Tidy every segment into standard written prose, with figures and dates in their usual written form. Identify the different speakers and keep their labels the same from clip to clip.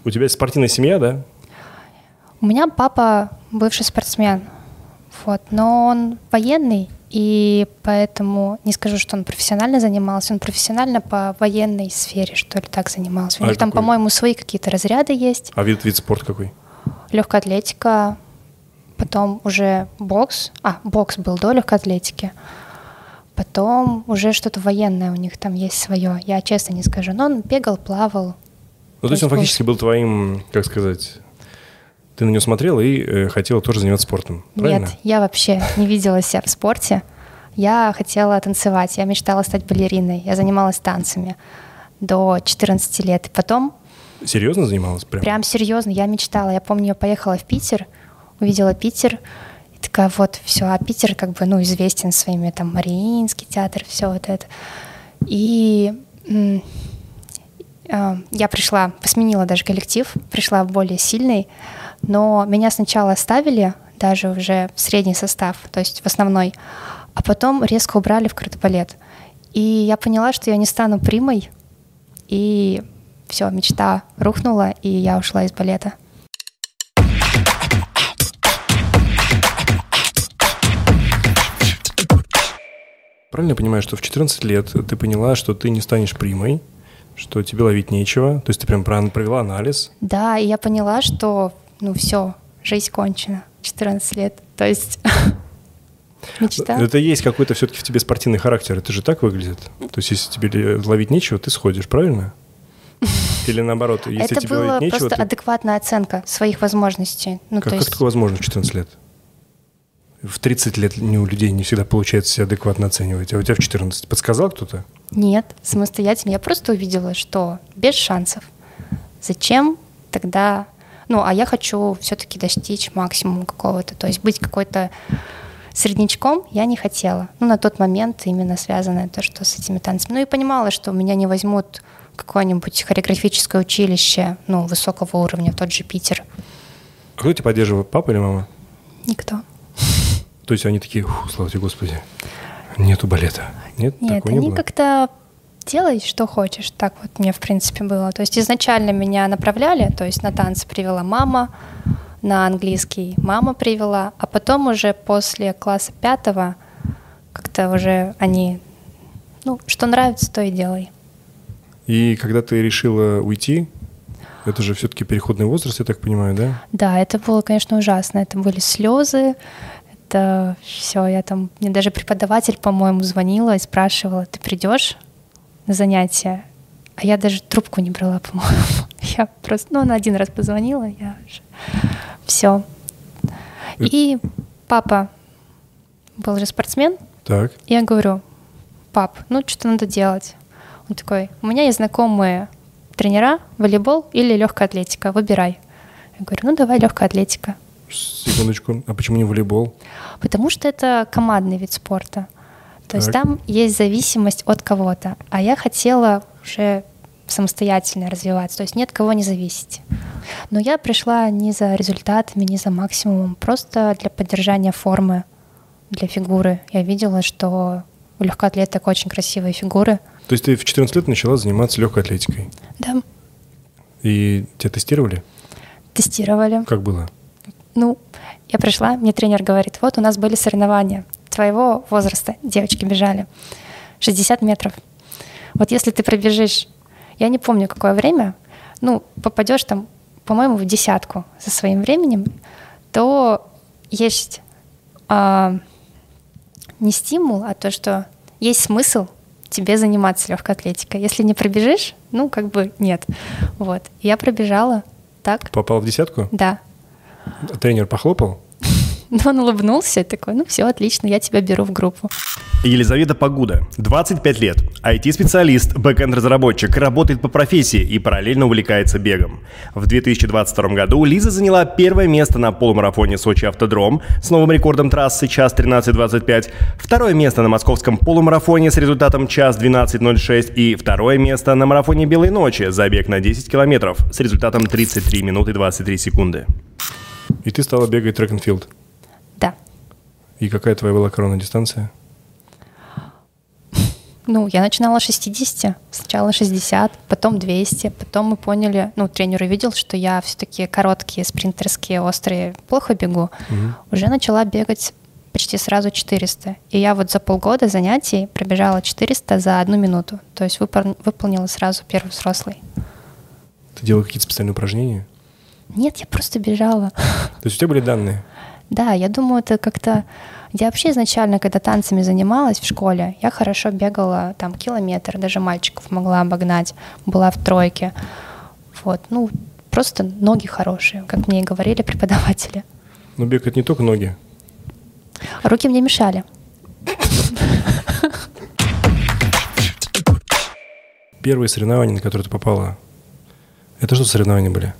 Speaker 1: У тебя спортивная семья, да?
Speaker 2: У меня папа бывший спортсмен, вот, но он военный, и поэтому не скажу, что он профессионально занимался, он профессионально по военной сфере, что ли, так занимался. У них там,
Speaker 1: какой?
Speaker 2: по-моему, свои какие-то разряды есть.
Speaker 1: А вид спорта какой?
Speaker 2: Легкая атлетика, потом уже бокс. Бокс был до легкой атлетики. Потом уже что-то военное у них там есть свое. Я честно не скажу, но он бегал, плавал.
Speaker 1: Ну, то есть он фактически был твоим, как сказать... Ты на него смотрела и хотела тоже заниматься спортом, правильно?
Speaker 2: Нет, я вообще не видела себя в спорте. Я хотела танцевать, я мечтала стать балериной. Я занималась танцами до 14 лет. И потом...
Speaker 1: Серьезно занималась?
Speaker 2: Прям серьезно, я мечтала. Я помню, я поехала в Питер, увидела Питер, и такая вот, все, а Питер как бы, известен своими, там, Мариинский театр, все вот это. И... я сменила даже коллектив, пришла более сильный, но меня сначала оставили даже уже в средний состав, то есть в основной, а потом резко убрали в кардебалет. И я поняла, что я не стану примой, и все, мечта рухнула, и я ушла из балета.
Speaker 1: Правильно я понимаю, что в 14 лет ты поняла, что ты не станешь примой, что тебе ловить нечего, то есть ты прям провела анализ?
Speaker 2: Да, и я поняла, что, все, жизнь кончена, 14 лет, то есть мечта.
Speaker 1: Это есть какой-то все-таки в тебе спортивный характер, это же так выглядит? То есть если тебе ловить нечего, ты сходишь, правильно? Или наоборот, если тебе ловить нечего...
Speaker 2: Это была просто адекватная оценка своих возможностей.
Speaker 1: Как такое возможно в 14 лет? В 30 лет у людей не всегда получается себя адекватно оценивать, а у тебя в 14 подсказал кто-то?
Speaker 2: Нет, самостоятельно. Я просто увидела, что без шансов. Зачем тогда... а я хочу все-таки достичь максимума какого-то, то есть быть какой-то среднячком я не хотела. На тот момент именно связанное то, что с этими танцами. И понимала, что меня не возьмут в какое-нибудь хореографическое училище, высокого уровня, тот же Питер.
Speaker 1: А кто тебя поддерживает, папа или мама?
Speaker 2: Никто.
Speaker 1: То есть они такие, слава тебе, Господи, нету балета? Нет, такого не было?
Speaker 2: Они как-то делай, что хочешь. Так вот мне, в принципе, было. То есть изначально меня направляли, то есть на танцы привела мама, на английский мама привела, а потом уже после класса 5 как-то уже они, что нравится, то и делай.
Speaker 1: И когда ты решила уйти, это же все-таки переходный возраст, я так понимаю, да?
Speaker 2: Да, это было, конечно, ужасно. Это были слезы, это все. Мне даже преподаватель, по-моему, звонила и спрашивала, ты придешь на занятия? А я даже трубку не брала, по-моему. Я просто, она один раз позвонила, я уже... Все. И папа был же спортсмен.
Speaker 1: Так.
Speaker 2: Я говорю, пап, что надо делать? Он такой, у меня есть знакомые тренера, волейбол или легкая атлетика, выбирай. Я говорю, давай легкая атлетика.
Speaker 1: Секундочку, а почему не волейбол?
Speaker 2: Потому что это командный вид спорта. То есть там есть зависимость от кого-то. А я хотела уже самостоятельно развиваться, то есть ни от кого не зависеть. Но я пришла не за результатами, не за максимумом, просто для поддержания формы, для фигуры. Я видела, что у легкоатлеток очень красивые фигуры.
Speaker 1: То есть ты в 14 лет начала заниматься легкой атлетикой?
Speaker 2: Да.
Speaker 1: И тебя тестировали?
Speaker 2: Тестировали.
Speaker 1: Как было?
Speaker 2: Я пришла, мне тренер говорит, вот у нас были соревнования твоего возраста, девочки бежали, 60 метров. Вот если ты пробежишь, я не помню, какое время, попадешь там, по-моему, в десятку со своим временем, то есть не стимул, а то, что есть смысл тебе заниматься легкой атлетикой. Если не пробежишь, нет. Вот. Я пробежала так.
Speaker 1: Попал в десятку?
Speaker 2: Да.
Speaker 1: Тренер похлопал?
Speaker 2: Он улыбнулся и такой, все, отлично, я тебя беру в группу.
Speaker 3: Елизавета Погуда, 25 лет, IT-специалист, бэкэнд-разработчик, работает по профессии и параллельно увлекается бегом. В 2022 году Лиза заняла первое место на полумарафоне Сочи Автодром с новым рекордом трассы час 13:25, второе место на московском полумарафоне с результатом час 12:06 и второе место на марафоне Белой ночи, забег на 10 километров с результатом 33 минуты 23 секунды.
Speaker 1: И ты стала бегать трек-н-филд?
Speaker 2: Да.
Speaker 1: И какая твоя была коронная дистанция?
Speaker 2: Ну, я начинала с 60, сначала 60, потом 200, потом мы поняли, ну, тренер увидел, что я все-таки короткие, спринтерские, острые плохо бегу. Уже начала бегать почти сразу 400. И я вот за полгода занятий пробежала 400 за 1 минуту. То есть выполнила сразу первый взрослый.
Speaker 1: Ты делала какие-то специальные упражнения?
Speaker 2: Нет, я просто бежала.
Speaker 1: То есть у тебя были данные?
Speaker 2: Да, я думаю, это как-то... Я вообще изначально, когда танцами занималась в школе, я хорошо бегала там километр, даже мальчиков могла обогнать, была в тройке. Вот, ну, просто ноги хорошие, как мне и говорили преподаватели.
Speaker 1: Но бег — это не только ноги.
Speaker 2: Руки мне мешали.
Speaker 1: Первые соревнования, на которые ты попала, это что за соревнования были?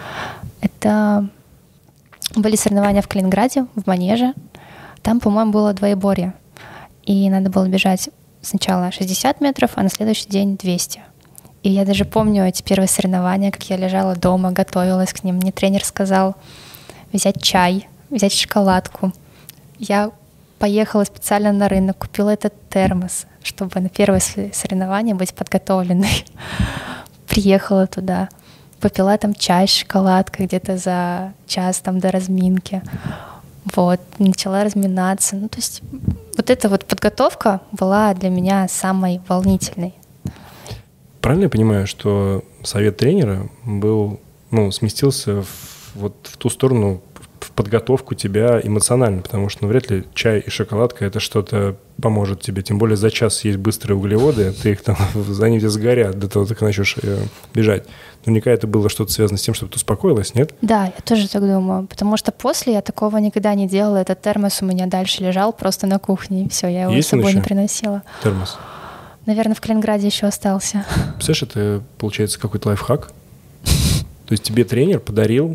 Speaker 2: Это были соревнования в Калининграде, в Манеже. Там, по-моему, было двоеборье. И надо было бежать сначала 60 метров, а на следующий день 200. И я даже помню эти первые соревнования, как я лежала дома, готовилась к ним. Мне тренер сказал взять чай, взять шоколадку. Я поехала специально на рынок, купила этот термос, чтобы на первое соревнование быть подготовленной. Приехала туда, попила там чай с шоколадкой где-то за час там до разминки. Вот, начала разминаться. Ну, то есть вот эта вот подготовка была для меня самой волнительной.
Speaker 1: Правильно я понимаю, что совет тренера был, ну, сместился вот в ту сторону, в подготовку тебя эмоционально, потому что, ну, вряд ли чай и шоколадка — это что-то поможет тебе. Тем более за час есть быстрые углеводы, ты их там, они где сгорят до того, как начнешь бежать. Наверняка это было что-то связано с тем, чтобы ты успокоилась, нет?
Speaker 2: Да, я тоже так думаю, потому что после я такого никогда не делала. Этот термос у меня дальше лежал просто на кухне, и все, я его с собой не приносила.
Speaker 1: Термос?
Speaker 2: Наверное, в Калининграде еще остался.
Speaker 1: Представляешь, это, получается, какой-то лайфхак? То есть тебе тренер подарил,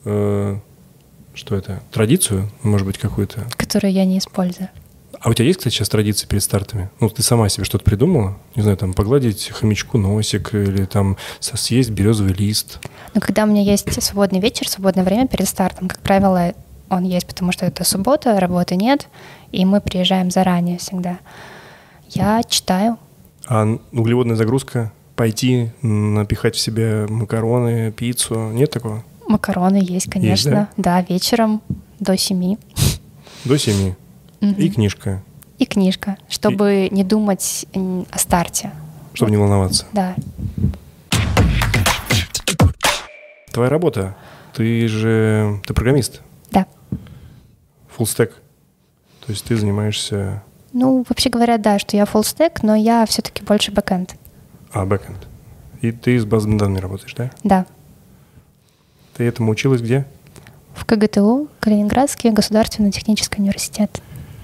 Speaker 1: что это, традицию, может быть, какую-то?
Speaker 2: Которую я не использую.
Speaker 1: А у тебя есть, кстати, сейчас традиции перед стартами? Ну, ты сама себе что-то придумала? Не знаю, там, погладить хомячку носик или там съесть березовый лист?
Speaker 2: Ну, когда у меня есть свободный вечер, свободное время перед стартом, как правило, он есть, потому что это суббота, работы нет, и мы приезжаем заранее всегда. Я читаю.
Speaker 1: А углеводная загрузка? Пойти напихать в себя макароны, пиццу? Нет такого?
Speaker 2: Макароны есть, конечно.
Speaker 1: Есть,
Speaker 2: да? Да, вечером до 7.
Speaker 1: До 7. И книжка.
Speaker 2: И книжка, чтобы не думать о старте.
Speaker 1: Чтобы не волноваться.
Speaker 2: Да.
Speaker 1: Твоя работа, ты программист?
Speaker 2: Да.
Speaker 1: Фуллстек. То есть ты занимаешься...
Speaker 2: Ну, вообще говоря, да, что я фуллстек, но я все-таки больше бэкэнд.
Speaker 1: А, бэкэнд. И ты с базами данных работаешь, да?
Speaker 2: Да.
Speaker 1: Ты этому училась где?
Speaker 2: В КГТУ, Калининградский государственный технический университет.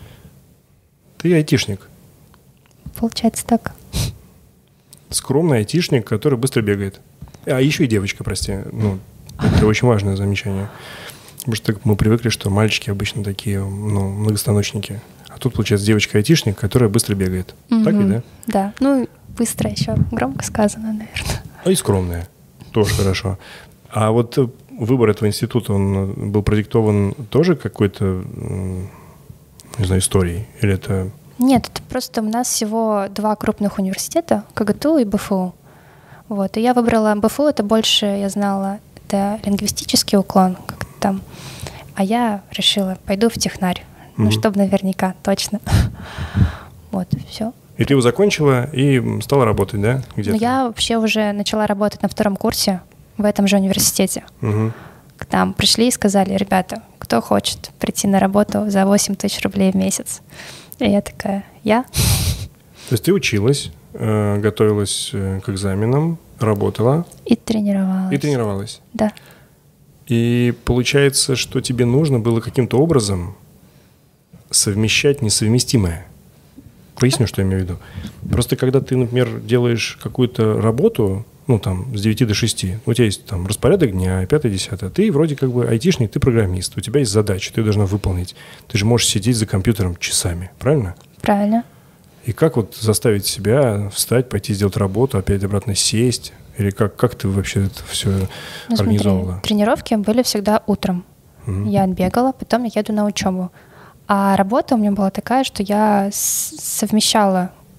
Speaker 1: Ты айтишник.
Speaker 2: Получается так.
Speaker 1: Скромный айтишник, который быстро бегает. А еще и девочка, прости. Ну, это очень важное замечание. Потому что мы привыкли, что мальчики обычно такие, ну, многостаночники. А тут, получается, девочка-айтишник, которая быстро бегает. Так ведь, да?
Speaker 2: Да. Ну, быстро еще. Громко сказано, наверное.
Speaker 1: А и скромная. Тоже хорошо. А вот выбор этого института, он был продиктован тоже какой-то, не знаю, историей? Или это...
Speaker 2: Нет, это просто у нас всего 2 крупных университета, КГТУ и БФУ. Вот. И я выбрала БФУ, это больше, я знала, это лингвистический уклон, как-то там. А я решила, пойду в технарь. Ну, чтобы наверняка, точно. Вот, все.
Speaker 1: И ты его закончила и стала работать, да? Где-то?
Speaker 2: Ну, я вообще уже начала работать на 2-м курсе в этом же университете. К нам пришли и сказали: ребята, кто хочет прийти на работу за 8 тысяч рублей в месяц? И я такая: я.
Speaker 1: То есть ты училась, готовилась к экзаменам, работала.
Speaker 2: И тренировалась.
Speaker 1: И тренировалась.
Speaker 2: Да.
Speaker 1: И получается, что тебе нужно было каким-то образом совмещать несовместимое. Поясню, что я имею в виду. Просто когда ты, например, делаешь какую-то работу, ну, там, с 9 до 6, у тебя есть там распорядок дня, 5-10, ты вроде как бы айтишник, ты программист, у тебя есть задачи, ты должна выполнить. Ты же можешь сидеть за компьютером часами, правильно?
Speaker 2: Правильно.
Speaker 1: И как вот заставить себя встать, пойти сделать работу, опять обратно сесть? Или как ты вообще это все организовывала?
Speaker 2: Смотри, тренировки были всегда утром. Я отбегала, потом я еду на учебу. А работа у меня была такая, что я совмещала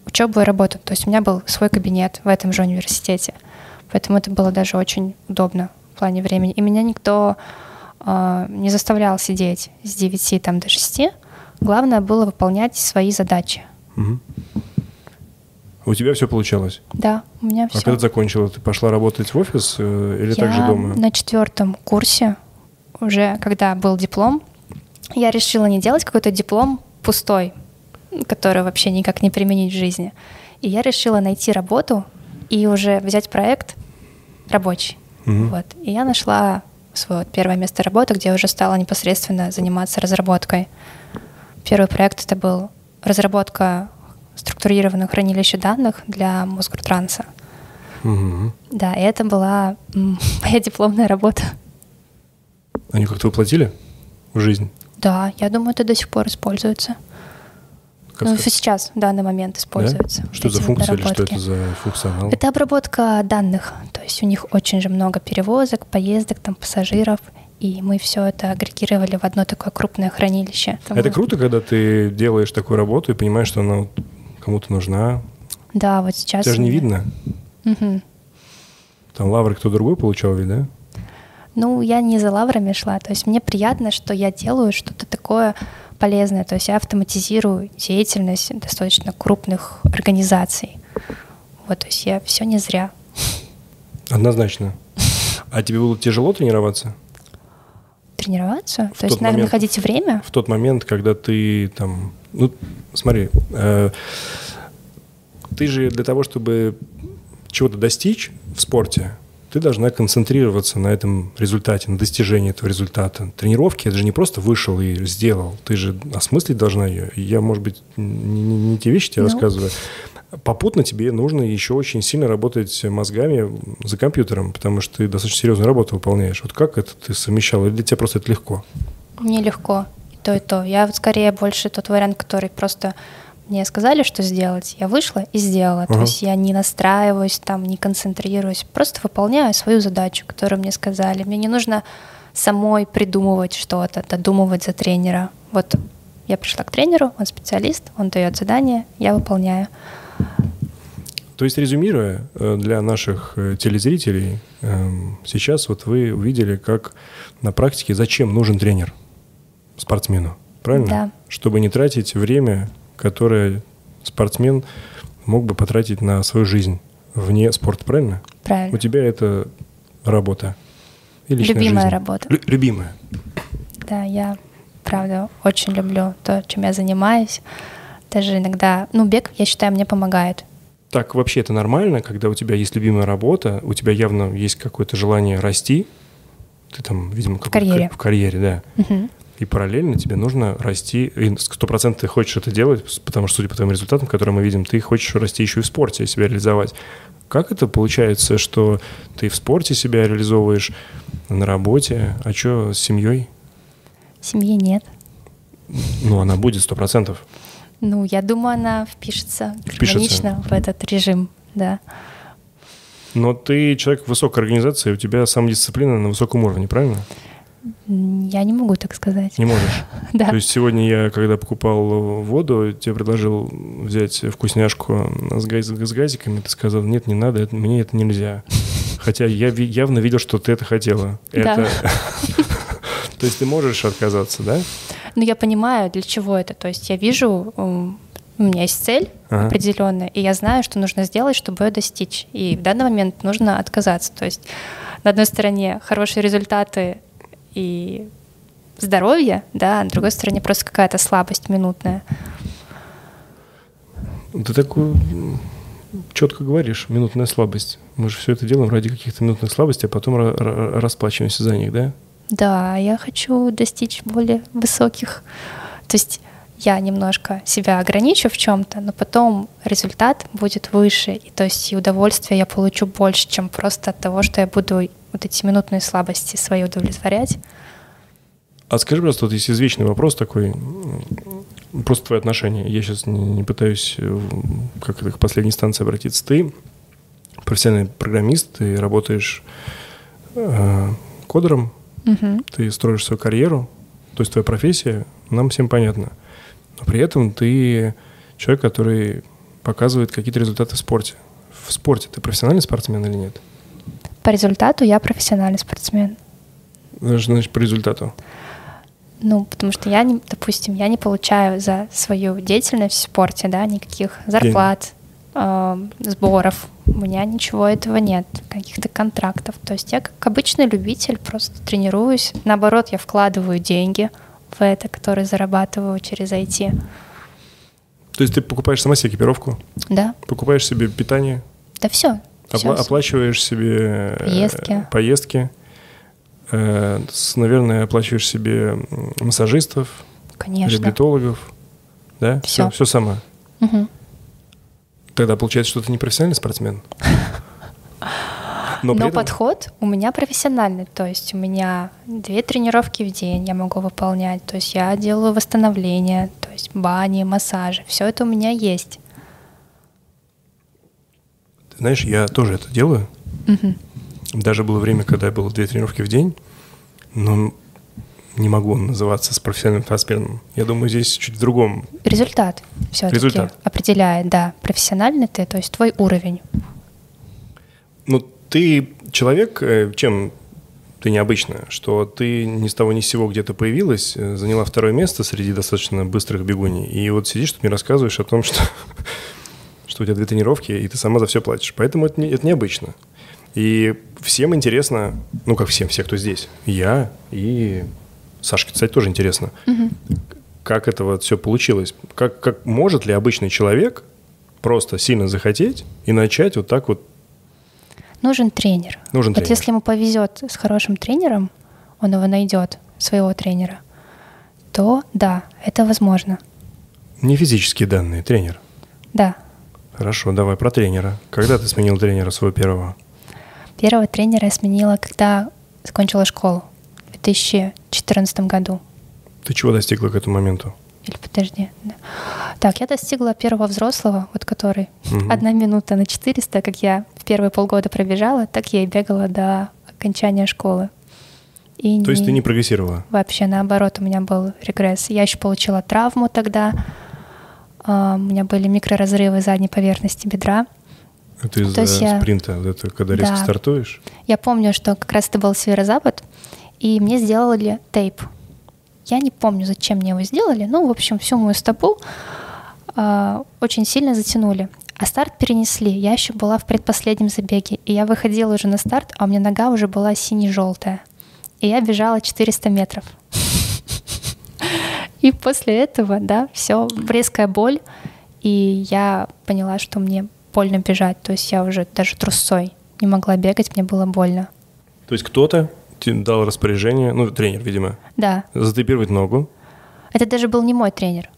Speaker 2: учебу и работу. То есть у меня был свой кабинет в этом же университете. Поэтому это было даже очень удобно в плане времени. И меня никто не заставлял сидеть с 9 там, до 6. Главное было выполнять свои задачи.
Speaker 1: Угу. У тебя все получалось?
Speaker 2: Да, у меня все.
Speaker 1: А когда ты закончила, ты пошла работать в офис или также дома?
Speaker 2: Я на 4 курсе, уже когда был диплом, я решила не делать какой-то диплом пустой, который вообще никак не применить в жизни. И я решила найти работу и уже взять проект рабочий. Вот. И я нашла свое первое место работы, где я уже стала непосредственно заниматься разработкой. Первый проект это был разработка структурированного хранилища данных для Мосгортранса. Да, и это была моя дипломная работа.
Speaker 1: Они как-то воплотили в жизнь?
Speaker 2: Да, я думаю, это до сих пор используется. Сейчас, в данный момент используется.
Speaker 1: Да? Что за функция или что это за функционал?
Speaker 2: Это обработка данных. То есть у них очень же много перевозок, поездок, там, пассажиров. И мы все это агрегировали в одно такое крупное хранилище.
Speaker 1: Это круто, когда ты делаешь такую работу и понимаешь, что она кому-то нужна.
Speaker 2: Да, вот сейчас...
Speaker 1: Тебя же не видно.
Speaker 2: Угу.
Speaker 1: Там лавры кто другой получал ведь, да?
Speaker 2: Ну, я не за лаврами шла. То есть мне приятно, что я делаю что-то такое полезное. То есть я автоматизирую деятельность достаточно крупных организаций. Вот, то есть я все не зря.
Speaker 1: Однозначно. А тебе было тяжело тренироваться?
Speaker 2: Тренироваться? То есть надо находить время?
Speaker 1: В тот момент, когда ты там... Ну, смотри, ты же для того, чтобы чего-то достичь в спорте, ты должна концентрироваться на этом результате, на достижении этого результата. Тренировки — это же не просто вышел и сделал. Ты же осмыслить должна ее. И я, может быть, не те вещи тебе рассказываю. Попутно тебе нужно еще очень сильно работать мозгами за компьютером, потому что ты достаточно серьезную работу выполняешь. Вот как это ты совмещала? Или для тебя просто это легко?
Speaker 2: Мне легко. И то, и то. Я вот скорее больше тот вариант, который просто... Мне сказали, что сделать, я вышла и сделала. То есть я не настраиваюсь, там, не концентрируюсь, просто выполняю свою задачу, которую мне сказали. Мне не нужно самой придумывать что-то, додумывать за тренера. Вот я пришла к тренеру, он специалист, он дает задание, я выполняю.
Speaker 1: То есть, резюмируя для наших телезрителей, сейчас вот вы увидели, как на практике зачем нужен тренер спортсмену, правильно?
Speaker 2: Да.
Speaker 1: Чтобы не тратить время, которое спортсмен мог бы потратить на свою жизнь вне спорта, правильно?
Speaker 2: Правильно.
Speaker 1: У тебя это работа и личная
Speaker 2: любимая
Speaker 1: жизнь.
Speaker 2: Работа.
Speaker 1: Любимая.
Speaker 2: Да, я, правда, очень люблю то, чем я занимаюсь. Даже иногда, бег, я считаю, мне помогает.
Speaker 1: Так вообще это нормально, когда у тебя есть любимая работа, у тебя явно есть какое-то желание расти, ты там, видимо,
Speaker 2: в карьере.
Speaker 1: В карьере, да.
Speaker 2: Угу.
Speaker 1: И параллельно тебе нужно расти, и 100% ты хочешь это делать, потому что, судя по твоим результатам, которые мы видим, ты хочешь расти еще и в спорте, и себя реализовать. Как это получается, что ты в спорте себя реализовываешь, на работе, а что с семьей?
Speaker 2: Семьи нет.
Speaker 1: Она будет 100%.
Speaker 2: Я думаю, она впишется гармонично в этот режим, да.
Speaker 1: Но ты человек высокой организации, у тебя самодисциплина на высоком уровне, правильно?
Speaker 2: Я не могу так сказать.
Speaker 1: Не можешь?
Speaker 2: Да.
Speaker 1: То есть сегодня я, когда покупал воду, тебе предложил взять вкусняшку с газиками, ты сказал, нет, не надо, мне это нельзя. Хотя я явно видел, что ты это хотела.
Speaker 2: Да.
Speaker 1: То есть ты можешь отказаться, да?
Speaker 2: Я понимаю, для чего это. То есть я вижу, у меня есть цель определенная, и я знаю, что нужно сделать, чтобы ее достичь. И в данный момент нужно отказаться. То есть на одной стороне хорошие результаты и здоровье, да, а на другой стороне просто какая-то слабость минутная.
Speaker 1: Ты такую четко говоришь, минутная слабость. Мы же все это делаем ради каких-то минутных слабостей, а потом расплачиваемся за них, да? Да,
Speaker 2: я хочу достичь более высоких. То есть я немножко себя ограничу в чем-то, но потом результат будет выше. И то есть и удовольствие я получу больше, чем просто от того, что я буду вот эти минутные слабости свои удовлетворять.
Speaker 1: А скажи, просто, вот есть извечный вопрос такой, просто твои отношения. Я сейчас не пытаюсь как это к последней инстанции обратиться. Ты профессиональный программист, ты работаешь кодером, ты строишь свою карьеру, то есть твоя профессия нам всем понятна. Но при этом ты человек, который показывает какие-то результаты в спорте. В спорте ты профессиональный спортсмен или нет?
Speaker 2: По результату я профессиональный спортсмен.
Speaker 1: Значит, по результату.
Speaker 2: Ну, потому что я, допустим, я не получаю за свою деятельность в спорте, да, никаких зарплат, сборов. У меня ничего этого нет, каких-то контрактов. То есть я как обычный любитель просто тренируюсь. Наоборот, я вкладываю деньги в это, которые зарабатываю через IT.
Speaker 1: То есть ты покупаешь сама себе экипировку?
Speaker 2: Да.
Speaker 1: Покупаешь себе питание?
Speaker 2: Да все.
Speaker 1: Оплачиваешь себе поездки. Наверное, оплачиваешь себе массажистов,
Speaker 2: конечно,
Speaker 1: реабилитологов. Да?
Speaker 2: Все
Speaker 1: сама.
Speaker 2: Угу.
Speaker 1: Тогда получается, что ты не профессиональный спортсмен. Но
Speaker 2: подход у меня профессиональный. То есть у меня 2 тренировки в день я могу выполнять. То есть я делаю восстановление, то есть бани, массажи. Все это у меня есть.
Speaker 1: Ты знаешь, я тоже это делаю.
Speaker 2: Угу.
Speaker 1: Даже было время, когда было 2 тренировки в день, но не могу называться с профессиональным спортсменом. Я думаю, здесь чуть в другом.
Speaker 2: Результат все-таки определяет, да, профессиональный ты, то есть твой уровень.
Speaker 1: Ну, ты человек, чем ты необычна, что ты ни с того ни с сего где-то появилась, заняла 2-е место среди достаточно быстрых бегуней, и вот сидишь, тут мне рассказываешь о том, что у тебя 2 тренировки, и ты сама за все платишь. Поэтому это необычно. И всем интересно, ну, как всем, все, кто здесь, я и Сашке, кстати, тоже интересно, как это вот все получилось. Как может ли обычный человек просто сильно захотеть и начать вот так вот?
Speaker 2: Нужен тренер.
Speaker 1: Вот
Speaker 2: если ему повезет с хорошим тренером, он его найдет, своего тренера, то да, это возможно.
Speaker 1: Не физические данные, тренер?
Speaker 2: Да.
Speaker 1: Хорошо, давай про тренера. Когда ты сменил тренера своего первого?
Speaker 2: Первого тренера я сменила, когда закончила школу в 2014 году.
Speaker 1: Ты чего достигла к этому моменту?
Speaker 2: Или подожди. Да. Так, я достигла первого взрослого, вот который 1 минута на 400, как я в первые полгода пробежала, так я и бегала до окончания школы.
Speaker 1: То есть ты не прогрессировала?
Speaker 2: Вообще, наоборот, у меня был регресс. Я еще получила травму тогда. У меня были микроразрывы задней поверхности бедра.
Speaker 1: Это из-за спринта, вот это, когда резко стартуешь? Я
Speaker 2: помню, что как раз это был северо-запад, и мне сделали тейп. Я не помню, зачем мне его сделали. Ну, в общем, всю мою стопу очень сильно затянули. А старт перенесли. Я еще была в предпоследнем забеге. И я выходила уже на старт, а у меня нога уже была сине-желтая. И я бежала 400 метров. И после этого, да, все, резкая боль. И я поняла, что мне больно бежать. То есть я уже даже трусцой не могла бегать, мне было больно.
Speaker 1: То есть кто-то тебе дал распоряжение, ну, тренер, видимо,
Speaker 2: да,
Speaker 1: затейпировать ногу?
Speaker 2: Это даже был не мой тренер.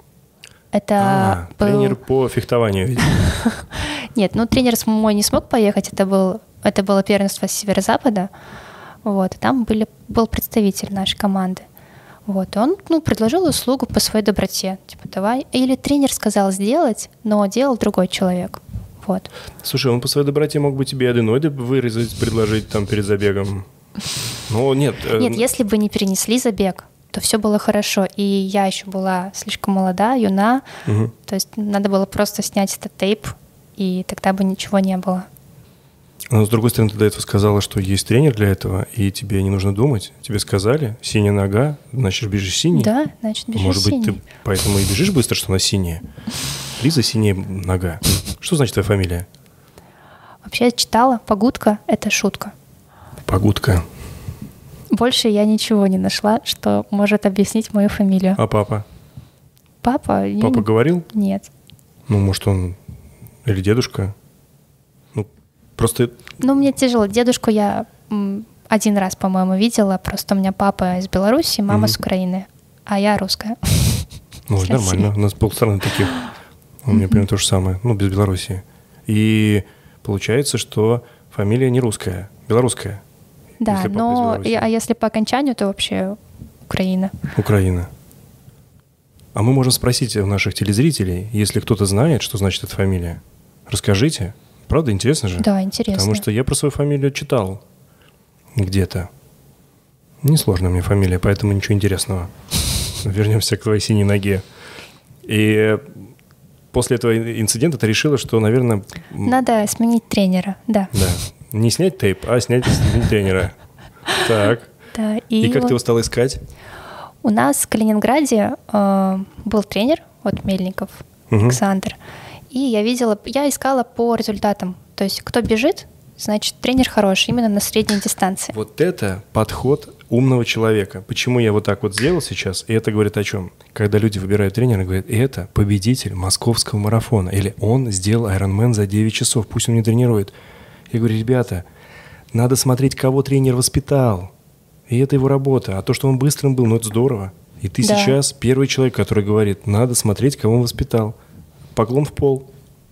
Speaker 2: Это был...
Speaker 1: тренер по фехтованию, видимо.
Speaker 2: Нет, ну, тренер мой не смог поехать, это было первенство Северо-Запада, вот, и там был представитель нашей команды. Вот, и он, предложил услугу по своей доброте, типа, давай. Или тренер сказал сделать, но делал другой человек. Вот.
Speaker 1: Слушай, он по своей доброте мог бы тебе аденоиды вырезать, предложить там перед забегом. Но нет.
Speaker 2: Нет, если бы не перенесли забег, то все было хорошо. И я еще была слишком молода, юна. То есть надо было просто снять этот тейп, и тогда бы ничего не было.
Speaker 1: Но с другой стороны, ты до этого сказала, что есть тренер для этого, и тебе не нужно думать. Тебе сказали, синяя нога, значит, бежишь синий.
Speaker 2: Да, значит, бежишь
Speaker 1: Может быть,
Speaker 2: синий.
Speaker 1: ты поэтому и бежишь быстро, что она синяя. Лиза синяя нога. Что значит твоя фамилия?
Speaker 2: Вообще я читала, Погудка — это шутка.
Speaker 1: Погудка.
Speaker 2: Больше я ничего не нашла, что может объяснить мою фамилию.
Speaker 1: А папа?
Speaker 2: Папа
Speaker 1: говорил?
Speaker 2: Нет.
Speaker 1: Ну, может, он или дедушка? Просто...
Speaker 2: мне тяжело. Дедушку я 1 раз, по-моему, видела. Просто у меня папа из Беларуси, мама с Украины, а я русская.
Speaker 1: Ну, нормально. У нас полстраны таких. У меня примерно то же самое. Без Белоруссии. И получается, что фамилия не русская, белорусская.
Speaker 2: Да, но если по окончанию, то вообще Украина.
Speaker 1: Украина. А мы можем спросить у наших телезрителей, если кто-то знает, что значит эта фамилия. Расскажите. Правда, интересно же?
Speaker 2: Да, интересно.
Speaker 1: Потому что я про свою фамилию читал где-то. Несложная мне фамилия, поэтому ничего интересного. Вернемся к твоей синей ноге. И после этого инцидента ты решила, что, наверное...
Speaker 2: Надо сменить тренера, да.
Speaker 1: Да. Не снять тейп, а сменить тренера. Так.
Speaker 2: Да,
Speaker 1: И как ты его стала искать?
Speaker 2: У нас в Калининграде был тренер, вот Мельников Александр, и я искала по результатам. То есть кто бежит, значит тренер хороший, именно на средней дистанции.
Speaker 1: Вот это подход умного человека. Почему я вот так вот сделал сейчас? И это говорит о чем? Когда люди выбирают тренера, говорят, это победитель московского марафона. Или он сделал Ironman за 9 часов, пусть он не тренирует. Я говорю, ребята, надо смотреть, кого тренер воспитал. И это его работа. А то, что он быстрым был, ну это здорово. И ты сейчас первый человек, который говорит, надо смотреть, кого он воспитал. Поклон в пол.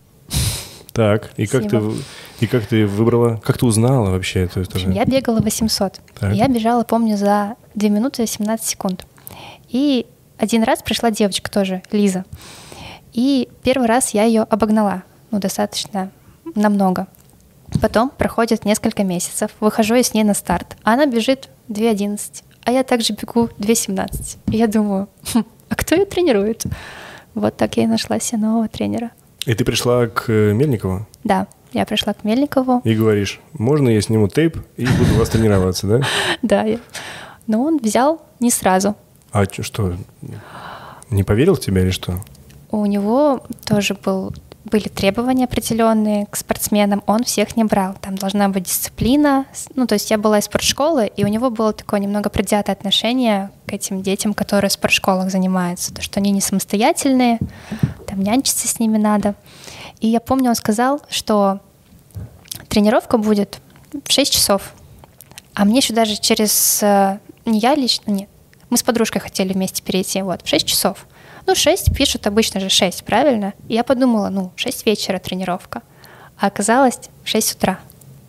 Speaker 1: Так, и как ты выбрала, как ты узнала вообще это?
Speaker 2: Я бегала 800. Я бежала, помню, за 2 минуты 17 секунд. И один раз пришла девочка тоже, Лиза. И первый раз я ее обогнала, достаточно намного. Потом проходит несколько месяцев, выхожу я с ней на старт. Она бежит 2:11, а я также бегу 2:17. И я думаю, а кто ее тренирует? Вот так я и нашла себе нового тренера.
Speaker 1: И ты пришла к Мельникову?
Speaker 2: Да, я пришла к Мельникову.
Speaker 1: И говоришь, можно я сниму тейп и буду у вас тренироваться, да?
Speaker 2: Да, но он взял не сразу.
Speaker 1: А что, не поверил в тебя или что?
Speaker 2: У него тоже были требования определенные к спортсменам, он всех не брал. Там должна быть дисциплина. То есть я была из спортшколы, и у него было такое немного предвзятое отношение к этим детям, которые в спортшколах занимаются. То, что они не самостоятельные, там нянчиться с ними надо. И я помню, он сказал, что тренировка будет в 6 часов. А мне еще даже не я лично, нет. Мы с подружкой хотели вместе перейти, в 6 часов. 6 пишут обычно же 6, правильно? И я подумала, 6 вечера тренировка. А оказалось в 6 утра.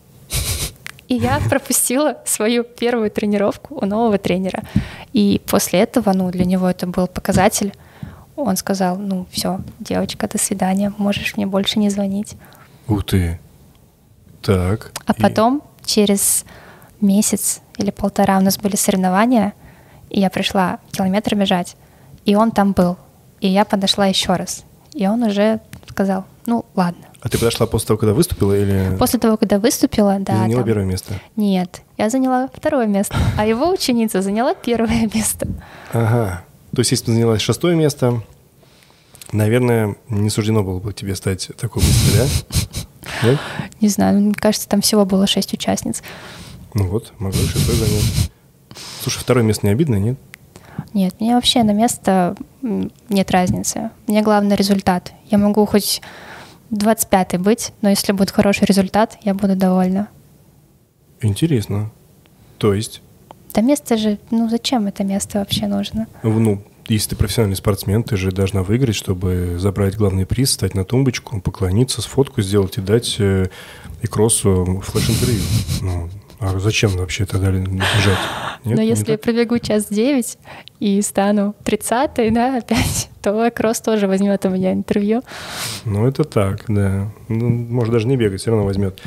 Speaker 2: И я пропустила свою первую тренировку у нового тренера. И после этого, для него это был показатель. Он сказал, все, девочка, до свидания, можешь мне больше не звонить.
Speaker 1: Ух ты. Так.
Speaker 2: А потом, через месяц или 1,5 у нас были соревнования, и я пришла километр бежать, и он там был. И я подошла еще раз. И он уже сказал, ладно.
Speaker 1: А ты подошла после того, когда выступила? Или...
Speaker 2: После того, когда выступила, да.
Speaker 1: Ты заняла первое место?
Speaker 2: Нет, я заняла 2 место, а его ученица заняла 1 место.
Speaker 1: Ага. То есть, если ты заняла 6 место, наверное, не суждено было бы тебе стать такой быстрой, да?
Speaker 2: Не знаю, мне кажется, там всего было 6 участниц.
Speaker 1: Могла 6 занять. Слушай, 2 место не обидно, нет?
Speaker 2: Нет, мне вообще на место нет разницы. Мне главное результат. Я могу хоть 25-й быть, но если будет хороший результат, я буду довольна.
Speaker 1: Интересно. То есть?
Speaker 2: Да место же, зачем это место вообще нужно?
Speaker 1: Если ты профессиональный спортсмен, ты же должна выиграть, чтобы забрать главный приз, встать на тумбочку, поклониться, сфотку сделать и дать Икросу флеш-интервью. А зачем вообще тогда бежать? Нет,
Speaker 2: но если я пробегу час 9 и стану 30-й, опять, то Кросс тоже возьмет у меня интервью.
Speaker 1: Это так, да. Может даже не бегать, все равно возьмет.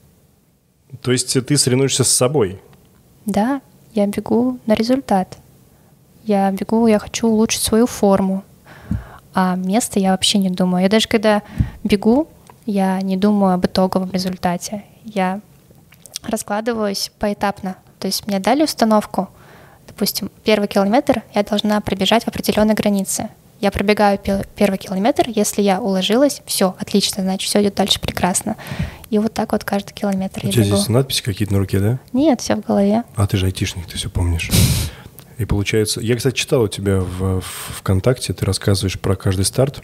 Speaker 1: То есть ты соревнуешься с собой?
Speaker 2: Да, я бегу на результат. Я хочу улучшить свою форму. А место я вообще не думаю. Я даже когда бегу, я не думаю об итоговом результате. Я раскладываюсь поэтапно. То есть мне дали установку, допустим, 1 километр я должна пробежать в определенной границе. Я пробегаю 1 километр, если я уложилась, все, отлично, значит, все идет дальше прекрасно. И вот так вот каждый километр я бегу.
Speaker 1: У тебя здесь надписи какие-то на руке, да?
Speaker 2: Нет, все в голове.
Speaker 1: А ты же айтишник, ты все помнишь. И получается... Я, кстати, читал у тебя в ВКонтакте, ты рассказываешь про каждый старт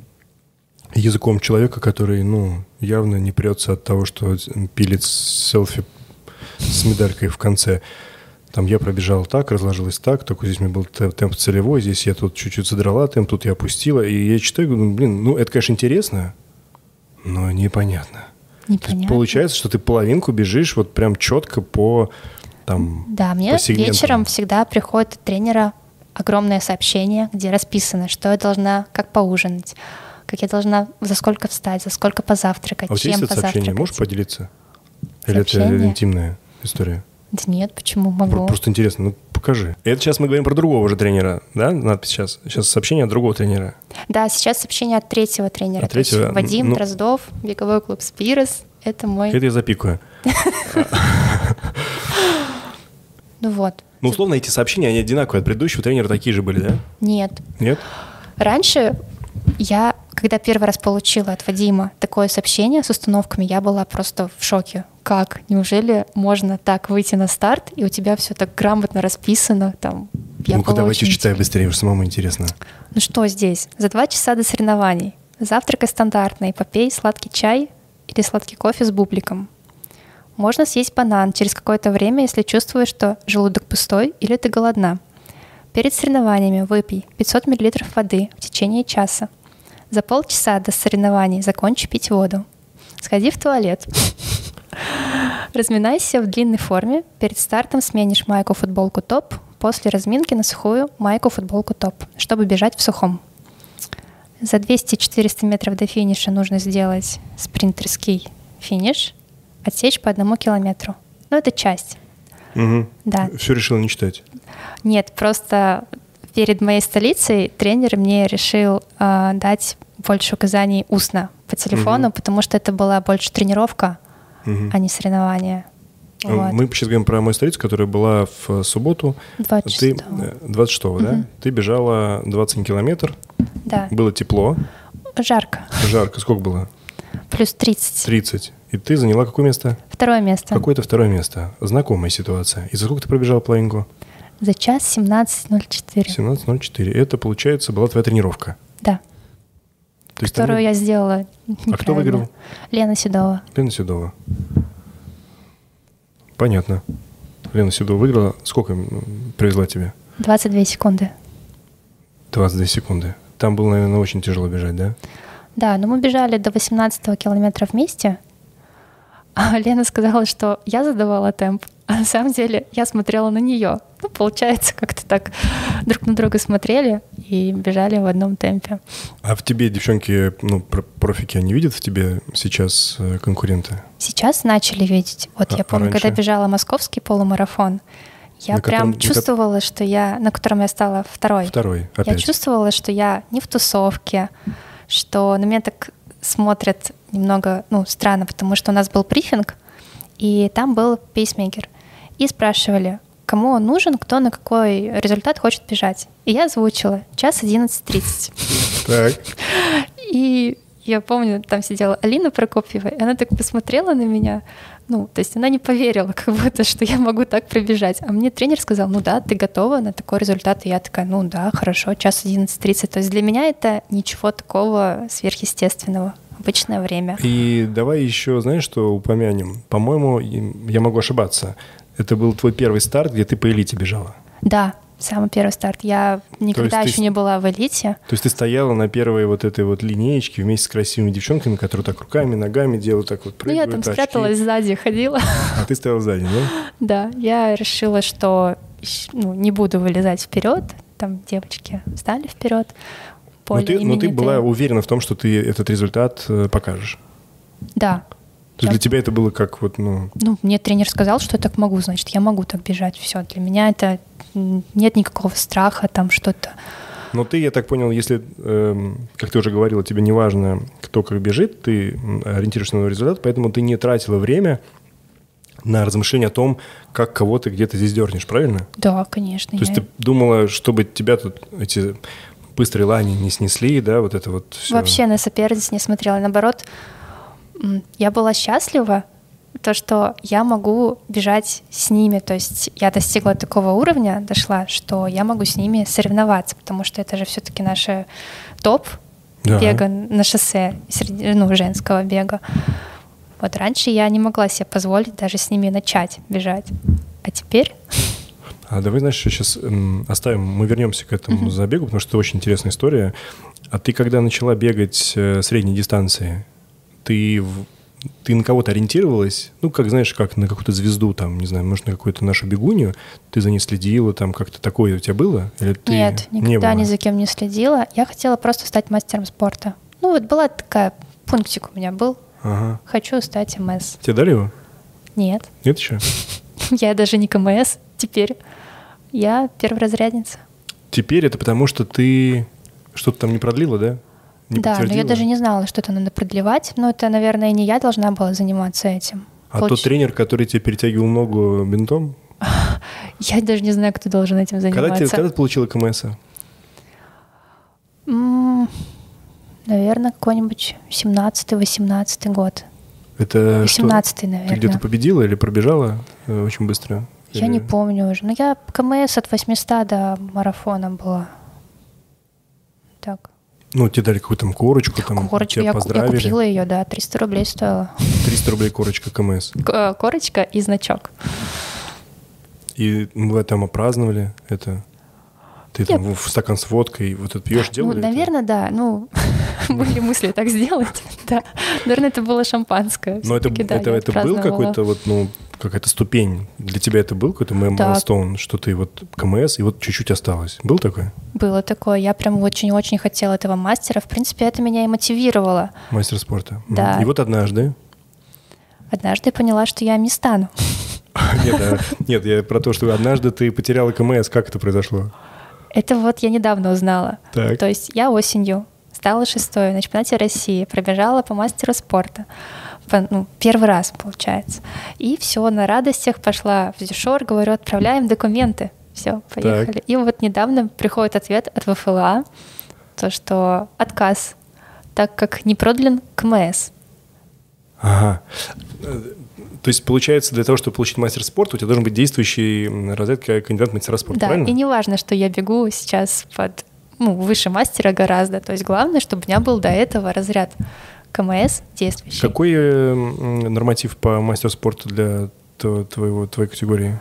Speaker 1: языком человека, который, явно не прется от того, что пилит селфи с медалькой в конце. Там я пробежал так, разложилась так, только здесь у меня был темп целевой, здесь я тут чуть-чуть задрала темп, тут я опустила. И я читаю, говорю, это, конечно, интересно, но непонятно.
Speaker 2: Непонятно.
Speaker 1: Получается, что ты половинку бежишь вот прям четко по там.
Speaker 2: Да, мне вечером всегда приходит от тренера огромное сообщение, где расписано, что я должна, как поужинать, как я должна за сколько встать, за сколько позавтракать,
Speaker 1: чем позавтракать. А у тебя есть это сообщение? Можешь поделиться? Или это интимная история?
Speaker 2: Да нет, почему могу?
Speaker 1: Просто интересно. покажи. Это сейчас мы говорим про другого же тренера, да? Надпись сейчас. Сейчас сообщение от другого тренера.
Speaker 2: Да, сейчас сообщение от третьего тренера.
Speaker 1: От третьего?
Speaker 2: Вадим Дроздов, беговой клуб «Спирос». Это мой...
Speaker 1: Это я запикаю.
Speaker 2: Ну вот.
Speaker 1: Ну, условно, эти сообщения, они одинаковые. От предыдущего тренера такие же были, да?
Speaker 2: Нет.
Speaker 1: Нет?
Speaker 2: Раньше я, когда первый раз получила от Вадима такое сообщение с установками, я была просто в шоке. Как? Неужели можно так выйти на старт, и у тебя все так грамотно расписано? Там,
Speaker 1: Ну-ка, давайте читай быстрее, уже самому интересно.
Speaker 2: Ну что здесь? За 2 часа до соревнований. Завтракай стандартный, попей сладкий чай или сладкий кофе с бубликом. Можно съесть банан через какое-то время, если чувствуешь, что желудок пустой или ты голодна. Перед соревнованиями выпей 500 мл воды в течение часа. За полчаса до соревнований закончи пить воду. Сходи в туалет. Разминайся в длинной форме. Перед стартом сменишь майку-футболку топ. После разминки на сухую майку-футболку топ, чтобы бежать в сухом. За 200-400 метров до финиша нужно сделать спринтерский финиш. Отсечь по 1 километру. Ну, это часть.
Speaker 1: Угу.
Speaker 2: Да.
Speaker 1: Все решила не читать.
Speaker 2: Нет, просто перед моей столицей тренер мне решил дать больше указаний устно по телефону, потому что это была больше тренировка, а не соревнование. Вот.
Speaker 1: Мы сейчас говорим про мою столицу, которая была в субботу. 26-го, да? Ты бежала 21 километр.
Speaker 2: Да.
Speaker 1: Было тепло.
Speaker 2: Жарко.
Speaker 1: Жарко. Сколько было?
Speaker 2: Плюс 30.
Speaker 1: 30. И ты заняла какое место?
Speaker 2: 2 место.
Speaker 1: Какое-то 2 место. Знакомая ситуация. И за сколько ты пробежала половинку?
Speaker 2: За час 17:04.
Speaker 1: 17:04. Это, получается, была твоя тренировка.
Speaker 2: Да.
Speaker 1: То есть
Speaker 2: которую я сделала неправильно.
Speaker 1: А кто выиграл?
Speaker 2: Лена Седова.
Speaker 1: Лена Седова. Понятно. Лена Седова выиграла. Сколько привезла тебе?
Speaker 2: 22 секунды.
Speaker 1: 22 секунды. Там было, наверное, очень тяжело бежать, да?
Speaker 2: Да, но мы бежали до 18 километра вместе. А Лена сказала, что я задавала темп, а на самом деле я смотрела на нее. Ну, получается, как-то так друг на друга смотрели и бежали в одном темпе.
Speaker 1: А в тебе девчонки, ну, профики, они видят в тебе сейчас конкурента?
Speaker 2: Сейчас начали видеть. Вот я помню, когда бежала московский полумарафон, я прям чувствовала, что я, на котором я стала второй.
Speaker 1: Второй, опять.
Speaker 2: Я чувствовала, что я не в тусовке, что на меня так смотрят немного, ну, странно, потому что у нас был брифинг, и там был пейсмейкер. И спрашивали, кому он нужен, кто на какой результат хочет бежать. И я озвучила час 11:30.
Speaker 1: Так.
Speaker 2: И я помню, там сидела Алина Прокопьева, и она так посмотрела на меня, ну, то есть она не поверила, как будто, что я могу так пробежать. А мне тренер сказал, ну да, ты готова на такой результат. И я такая, ну да, хорошо, час 11:30. То есть для меня это ничего такого сверхъестественного. Обычное время.
Speaker 1: И давай еще, знаешь, что упомянем? По-моему, я могу ошибаться. Это был твой первый старт, где ты по элите бежала?
Speaker 2: Да, самый первый старт. Я никогда еще не была в элите.
Speaker 1: То есть ты стояла на первой вот этой вот линеечке вместе с красивыми девчонками, которые так руками, ногами делают, так вот прыгают.
Speaker 2: Ну, я там спряталась сзади, ходила.
Speaker 1: А ты стояла сзади, да?
Speaker 2: Да, я решила, что не буду вылезать вперед. Там девочки встали вперед.
Speaker 1: Но ты была уверена в том, что ты этот результат покажешь?
Speaker 2: Да.
Speaker 1: То есть для тебя это было как вот, ну...
Speaker 2: Ну, мне тренер сказал, что я так могу, значит, я могу так бежать. Все, для меня это нет никакого страха, там что-то.
Speaker 1: Но ты, я так понял, если, как ты уже говорила, тебе не важно, кто как бежит, ты ориентируешься на результат, поэтому ты не тратила время на размышления о том, как кого ты где-то здесь дернешь, правильно?
Speaker 2: Да, конечно.
Speaker 1: То есть ты думала, чтобы тебя тут эти быстрые лани не снесли, да, вот это вот все?
Speaker 2: Вообще на соперниц не смотрела. Наоборот, я была счастлива, то, что я могу бежать с ними. То есть я достигла такого уровня, дошла, что я могу с ними соревноваться, потому что это же все-таки наш топ бега на шоссе, женского бега. Вот раньше я не могла себе позволить даже с ними начать бежать. А теперь...
Speaker 1: А давай, знаешь, сейчас оставим, мы вернемся к этому забегу, потому что это очень интересная история. А ты когда начала бегать средней дистанции, ты на кого-то ориентировалась? Ну, как, знаешь, как на какую-то звезду, там, не знаю, может, на какую-то нашу бегунью? Ты за ней следила, там, как-то такое у тебя было? Или
Speaker 2: Нет, никогда ни за кем не следила. Я хотела просто стать мастером спорта. Ну, вот была такая, пунктик у меня был.
Speaker 1: Ага.
Speaker 2: Хочу стать МС.
Speaker 1: Тебе дали его?
Speaker 2: Нет.
Speaker 1: Нет еще?
Speaker 2: Я даже не КМС теперь. Я перворазрядница.
Speaker 1: Теперь это потому, что ты что-то там не продлила, да? Не
Speaker 2: Да, но я
Speaker 1: подтвердила?
Speaker 2: даже не знала, что это надо продлевать. Но это, наверное, не я должна была заниматься этим.
Speaker 1: А тот тренер, который тебе перетягивал ногу бинтом?
Speaker 2: Я даже не знаю, кто должен этим заниматься.
Speaker 1: Когда ты получила КМС?
Speaker 2: Наверное, какой-нибудь 17-18 год.
Speaker 1: Это
Speaker 2: 18-й, наверное.
Speaker 1: Ты где-то победила или пробежала очень быстро?
Speaker 2: Я не помню уже. Но я КМС от 800 до марафона была. Так.
Speaker 1: Ну, тебе дали какую-то там корочку, там
Speaker 2: Корочку,
Speaker 1: тебя
Speaker 2: я
Speaker 1: поздравили.
Speaker 2: купила ее, да, 300 рублей стоила.
Speaker 1: 300 рублей корочка КМС.
Speaker 2: Корочка и значок.
Speaker 1: И вы там опраздновали это? Ты там в стакан с водкой вот это пьешь, делали?
Speaker 2: Ну, наверное, да. Ну, были мысли так сделать. Да. Наверное, это было шампанское.
Speaker 1: Но это был какой-то вот, ну, какая-то ступень? Для тебя это был какой-то майлстоун, что ты вот КМС, и вот чуть-чуть осталось? Был такое?
Speaker 2: Было такое. Я прям очень-очень хотела этого мастера. В принципе, это меня и мотивировало.
Speaker 1: Мастер спорта.
Speaker 2: Да.
Speaker 1: И вот однажды
Speaker 2: я поняла, что я не стану.
Speaker 1: Нет, я про то, что однажды ты потеряла КМС. Как это произошло?
Speaker 2: Это вот я недавно узнала.
Speaker 1: Так.
Speaker 2: То есть я осенью стала 6-й на чемпионате России, пробежала по мастеру спорта. Первый раз, получается. И все, на радостях пошла в дюшор, говорю, отправляем документы. Все, поехали. Так. И вот недавно приходит ответ от ВФЛА, то, что отказ, так как не продлен КМС.
Speaker 1: Ага. То есть, получается, для того, чтобы получить мастер спорта, у тебя должен быть действующий разряд кандидат в мастера спорта,
Speaker 2: да,
Speaker 1: правильно?
Speaker 2: И не важно, что я бегу сейчас выше мастера гораздо. То есть главное, чтобы у меня был до этого разряд КМС действующий.
Speaker 1: Какой норматив по мастеру спорта для твоей категории?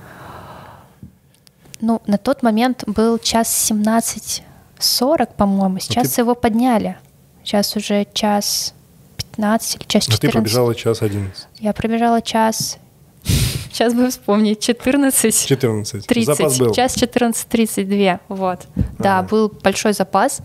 Speaker 2: Ну, на тот момент был час 17:40, по-моему. Сейчас его подняли. Сейчас уже час 15 или час 14.
Speaker 1: А ты пробежала час 11.
Speaker 2: Я пробежала час... Сейчас бы вспомнить. 14. 30.
Speaker 1: Запас был.
Speaker 2: Час 14:32. Вот. Да, был большой запас.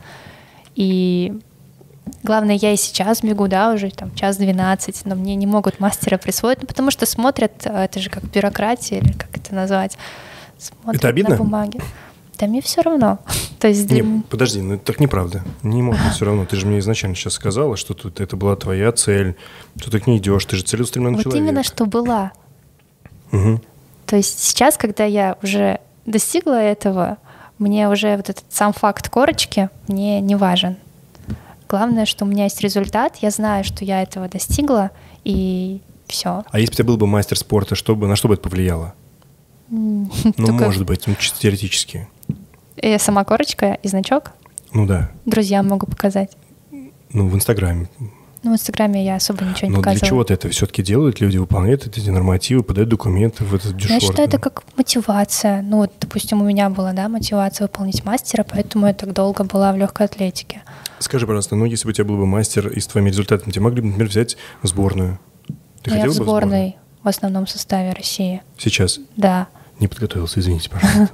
Speaker 2: И главное, я и сейчас бегу, да, уже там час 12, но мне не могут мастера присвоить, потому что смотрят, это же как бюрократия, или как это назвать. Смотрят
Speaker 1: это обидно?
Speaker 2: На бумаге. Да мне все равно. То есть
Speaker 1: Не, подожди, ну это так неправда. Не может быть все равно. Ты же мне изначально сейчас сказала, что тут это была твоя цель, что ты к ней идешь, ты же целеустремленный
Speaker 2: вот
Speaker 1: человек.
Speaker 2: Вот именно, что была.
Speaker 1: Угу.
Speaker 2: То есть сейчас, когда я уже достигла этого, мне уже вот этот сам факт корочки мне не важен. Главное, что у меня есть результат, я знаю, что я этого достигла, и все.
Speaker 1: А если бы у тебя был бы мастер спорта, на что бы это повлияло? Ну, может быть, чисто теоретически.
Speaker 2: Сама корочка и значок?
Speaker 1: Ну да.
Speaker 2: Друзьям могу показать.
Speaker 1: Ну, в Инстаграме.
Speaker 2: Ну, в Инстаграме я особо ничего не показываю.
Speaker 1: Но для чего-то это все-таки делают, люди выполняют эти нормативы, подают документы в этот дюшор.
Speaker 2: Я считаю, это как мотивация. Ну, вот, допустим, у меня была, да, мотивация выполнить мастера, поэтому я так долго была в легкой атлетике.
Speaker 1: Скажи, пожалуйста, ну, если бы у тебя был бы мастер и с твоими результатами, тебя могли бы, например, взять в сборную? Ты хотела бы в
Speaker 2: сборной в основном составе России.
Speaker 1: Сейчас?
Speaker 2: Да.
Speaker 1: Не подготовился, извините, пожалуйста.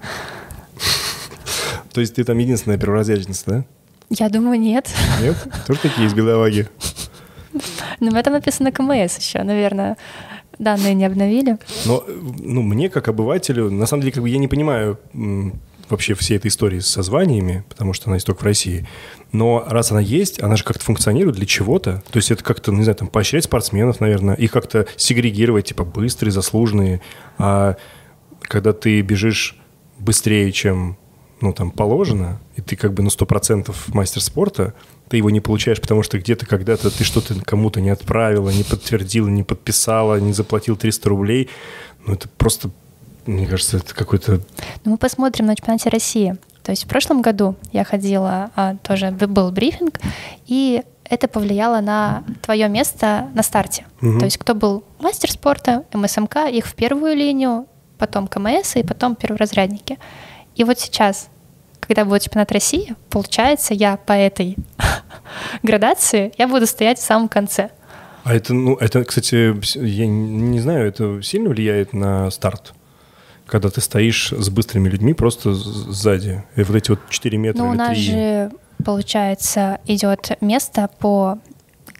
Speaker 1: То есть ты там единственная перворазрядница, да?
Speaker 2: Я думаю, нет.
Speaker 1: Нет? Тоже такие есть беловаги?
Speaker 2: Ну, в этом написано КМС еще, наверное. Данные не обновили.
Speaker 1: Но мне, как обывателю, на самом деле, как бы я не понимаю вообще всей этой истории со званиями, потому что она есть только в России. Но раз она есть, она же как-то функционирует для чего-то. То есть это как-то, не знаю, там, поощрять спортсменов, наверное, их как-то сегрегировать, типа быстрые, заслуженные. А когда ты бежишь быстрее, чем, ну, там, положено, и ты как бы на 100% мастер спорта, ты его не получаешь, потому что где-то когда-то ты что-то кому-то не отправила, не подтвердила, не подписала, не заплатил 300 рублей. Ну, это просто, мне кажется, это какой-то...
Speaker 2: Ну, мы посмотрим на чемпионате России. То есть в прошлом году я ходила, тоже был брифинг, и это повлияло на твое место на старте. Угу. То есть кто был мастер спорта, МСМК, их в первую линию, потом КМС и потом перворазрядники. И вот сейчас, когда будет чемпионат России, получается, я по этой градации я буду стоять в самом конце.
Speaker 1: А это, кстати, я не знаю, это сильно влияет на старт? Когда ты стоишь с быстрыми людьми просто сзади, и вот эти вот 4 метра или 3.
Speaker 2: Ну, у нас же, получается, идет место по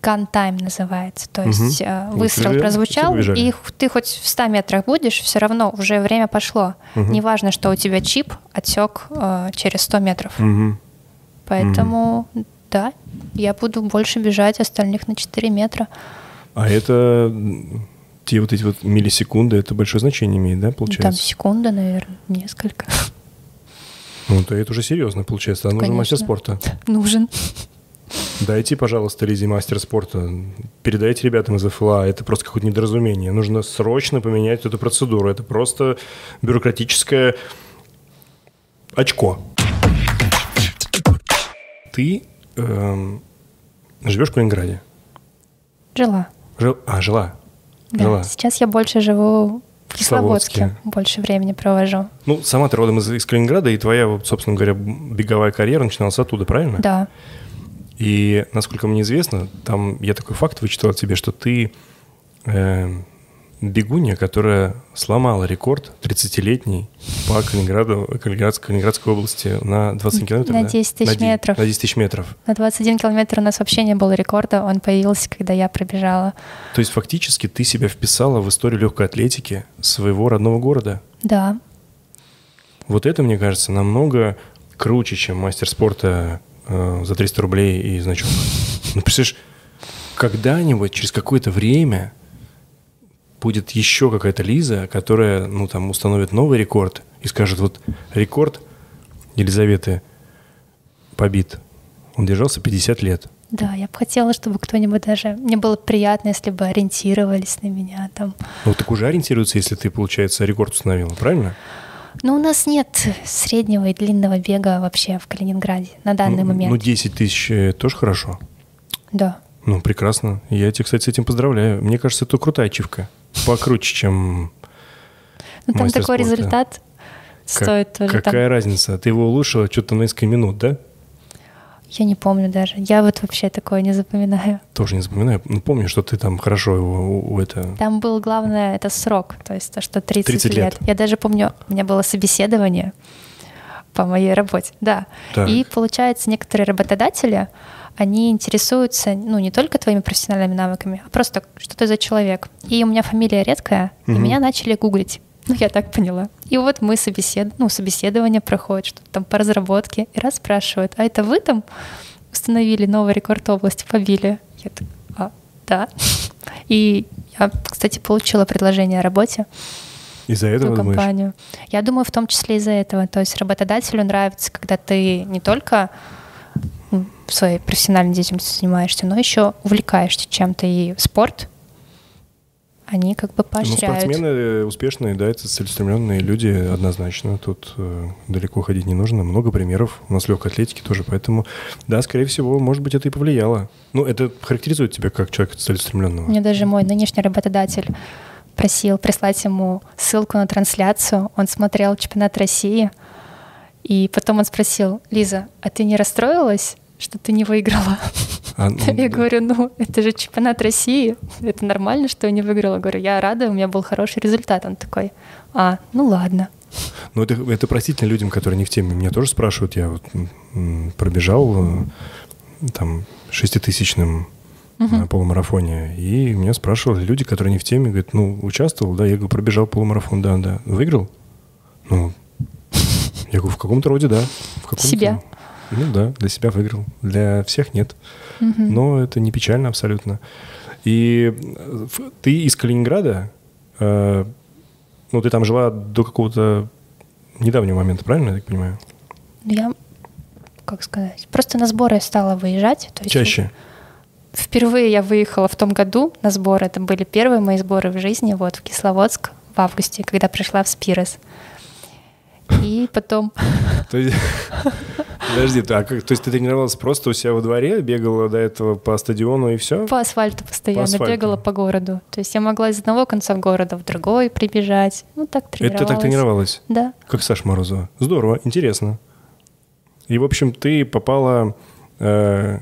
Speaker 2: gun time называется. То есть выстрел прозвучал, и ты хоть в 100 метрах будешь, все равно уже время пошло. Неважно, что у тебя чип отсек через 100 метров. Поэтому, да, я буду больше бежать остальных на 4 метра.
Speaker 1: А это те вот эти вот миллисекунды, это большое значение имеет, да, получается?
Speaker 2: Там секунда, наверное, несколько.
Speaker 1: Ну, то это уже серьезно получается. А нужен мастер спорта.
Speaker 2: Нужен.
Speaker 1: Дайте, пожалуйста, Лизе мастер спорта. Передайте ребятам из ФЛА. Это просто какое-то недоразумение. Нужно срочно поменять эту процедуру. Это просто бюрократическое очко. Ты живешь в Калининграде?
Speaker 2: Жила.
Speaker 1: Жила.
Speaker 2: Да, жила. Сейчас я больше живу в Кисловодске. Больше времени провожу.
Speaker 1: Ну, сама ты родом из Калининграда, и твоя, собственно говоря, беговая карьера начиналась оттуда, правильно?
Speaker 2: Да.
Speaker 1: И, насколько мне известно, там я такой факт вычитал от тебя, что ты бегунья, которая сломала рекорд 30-летний по Калининградской области на 20 километров.
Speaker 2: На 10 тысяч метров.
Speaker 1: На 10 тысяч метров.
Speaker 2: На 21 километр у нас вообще не было рекорда, он появился, когда я пробежала.
Speaker 1: То есть фактически ты себя вписала в историю легкой атлетики своего родного города?
Speaker 2: Да.
Speaker 1: Вот это, мне кажется, намного круче, чем мастер спорта за 300 рублей и значок. Ну, представляешь, когда-нибудь, через какое-то время будет еще какая-то Лиза, которая, ну, там, установит новый рекорд и скажет, вот рекорд Елизаветы побит. Он держался 50 лет.
Speaker 2: Да, я бы хотела, чтобы кто-нибудь даже... Мне было приятно, если бы ориентировались на меня там.
Speaker 1: Ну, так уже ориентируются, если ты, получается, рекорд установила, правильно?
Speaker 2: Ну, у нас нет среднего и длинного бега вообще в Калининграде на данный момент.
Speaker 1: Ну, 10 тысяч тоже хорошо.
Speaker 2: Да.
Speaker 1: Ну, прекрасно. Я тебя, кстати, с этим поздравляю. Мне кажется, это крутая ачивка. Покруче, чем
Speaker 2: ну, там
Speaker 1: мастер
Speaker 2: такой
Speaker 1: спорта.
Speaker 2: результат стоит тоже.
Speaker 1: Какая разница? Ты его улучшила что-то на несколько минут, да?
Speaker 2: Я не помню даже. Я вот вообще такое не запоминаю.
Speaker 1: Тоже не запоминаю. Ну, помню, что ты там хорошо его это...
Speaker 2: Там был, главное, это срок. То есть то, что 30 лет. Я даже помню, у меня было собеседование по моей работе. Да.
Speaker 1: Так.
Speaker 2: И, получается, некоторые работодатели, они интересуются, ну, не только твоими профессиональными навыками, а просто, что ты за человек. И у меня фамилия редкая, и меня начали гуглить. Ну, я так поняла. И вот мы собеседование проходит, что-то там по разработке, и раз спрашивают, а это вы там установили новый рекорд области, побили? Я так, да. И я, кстати, получила предложение о работе.
Speaker 1: Из-за этого, думаешь?
Speaker 2: Компанию. Я думаю, в том числе из-за этого. То есть работодателю нравится, когда ты не только своей профессиональной деятельностью занимаешься, но еще увлекаешься чем-то. И спорт, они как бы поощряют.
Speaker 1: Ну, спортсмены успешные, да, это целеустремленные люди однозначно. Тут далеко ходить не нужно. Много примеров. У нас легкой атлетики тоже. Поэтому, да, скорее всего, может быть, это и повлияло. Ну, это характеризует тебя как человека целеустремленного.
Speaker 2: Мне даже мой нынешний работодатель просил прислать ему ссылку на трансляцию. Он смотрел чемпионат России. И потом он спросил: Лиза, а ты не расстроилась, что ты не выиграла? Я говорю, ну, это же чемпионат России, это нормально, что я не выиграла. Говорю, я рада, у меня был хороший результат. Он такой, ну ладно.
Speaker 1: Ну, это простительно людям, которые не в теме. Меня тоже спрашивают, я вот пробежал там 6-тысячным на полумарафоне, и меня спрашивали люди, которые не в теме, говорят, ну, участвовал, да, я говорю, пробежал полумарафон, да. Выиграл? Ну, я говорю, в каком-то роде, да.
Speaker 2: Себя.
Speaker 1: Ну да, для себя выиграл. Для всех нет. Но это не печально абсолютно. И ты из Калининграда, ну, ты там жила до какого-то недавнего момента, правильно, я так понимаю?
Speaker 2: Я, как сказать, просто на сборы стала выезжать. То есть
Speaker 1: чаще?
Speaker 2: Впервые я выехала в том году на сборы. Это были первые мои сборы в жизни, вот, в Кисловодск в августе, когда пришла в Спирос. И потом...
Speaker 1: Подожди, то есть ты тренировалась просто у себя во дворе, бегала до этого по стадиону и все?
Speaker 2: По асфальту постоянно, бегала по городу. То есть я могла из одного конца города в другой прибежать. Ну, так тренировалась.
Speaker 1: Это ты так тренировалась?
Speaker 2: Да.
Speaker 1: Как Саша Морозова. Здорово, интересно. И, в общем, ты попала в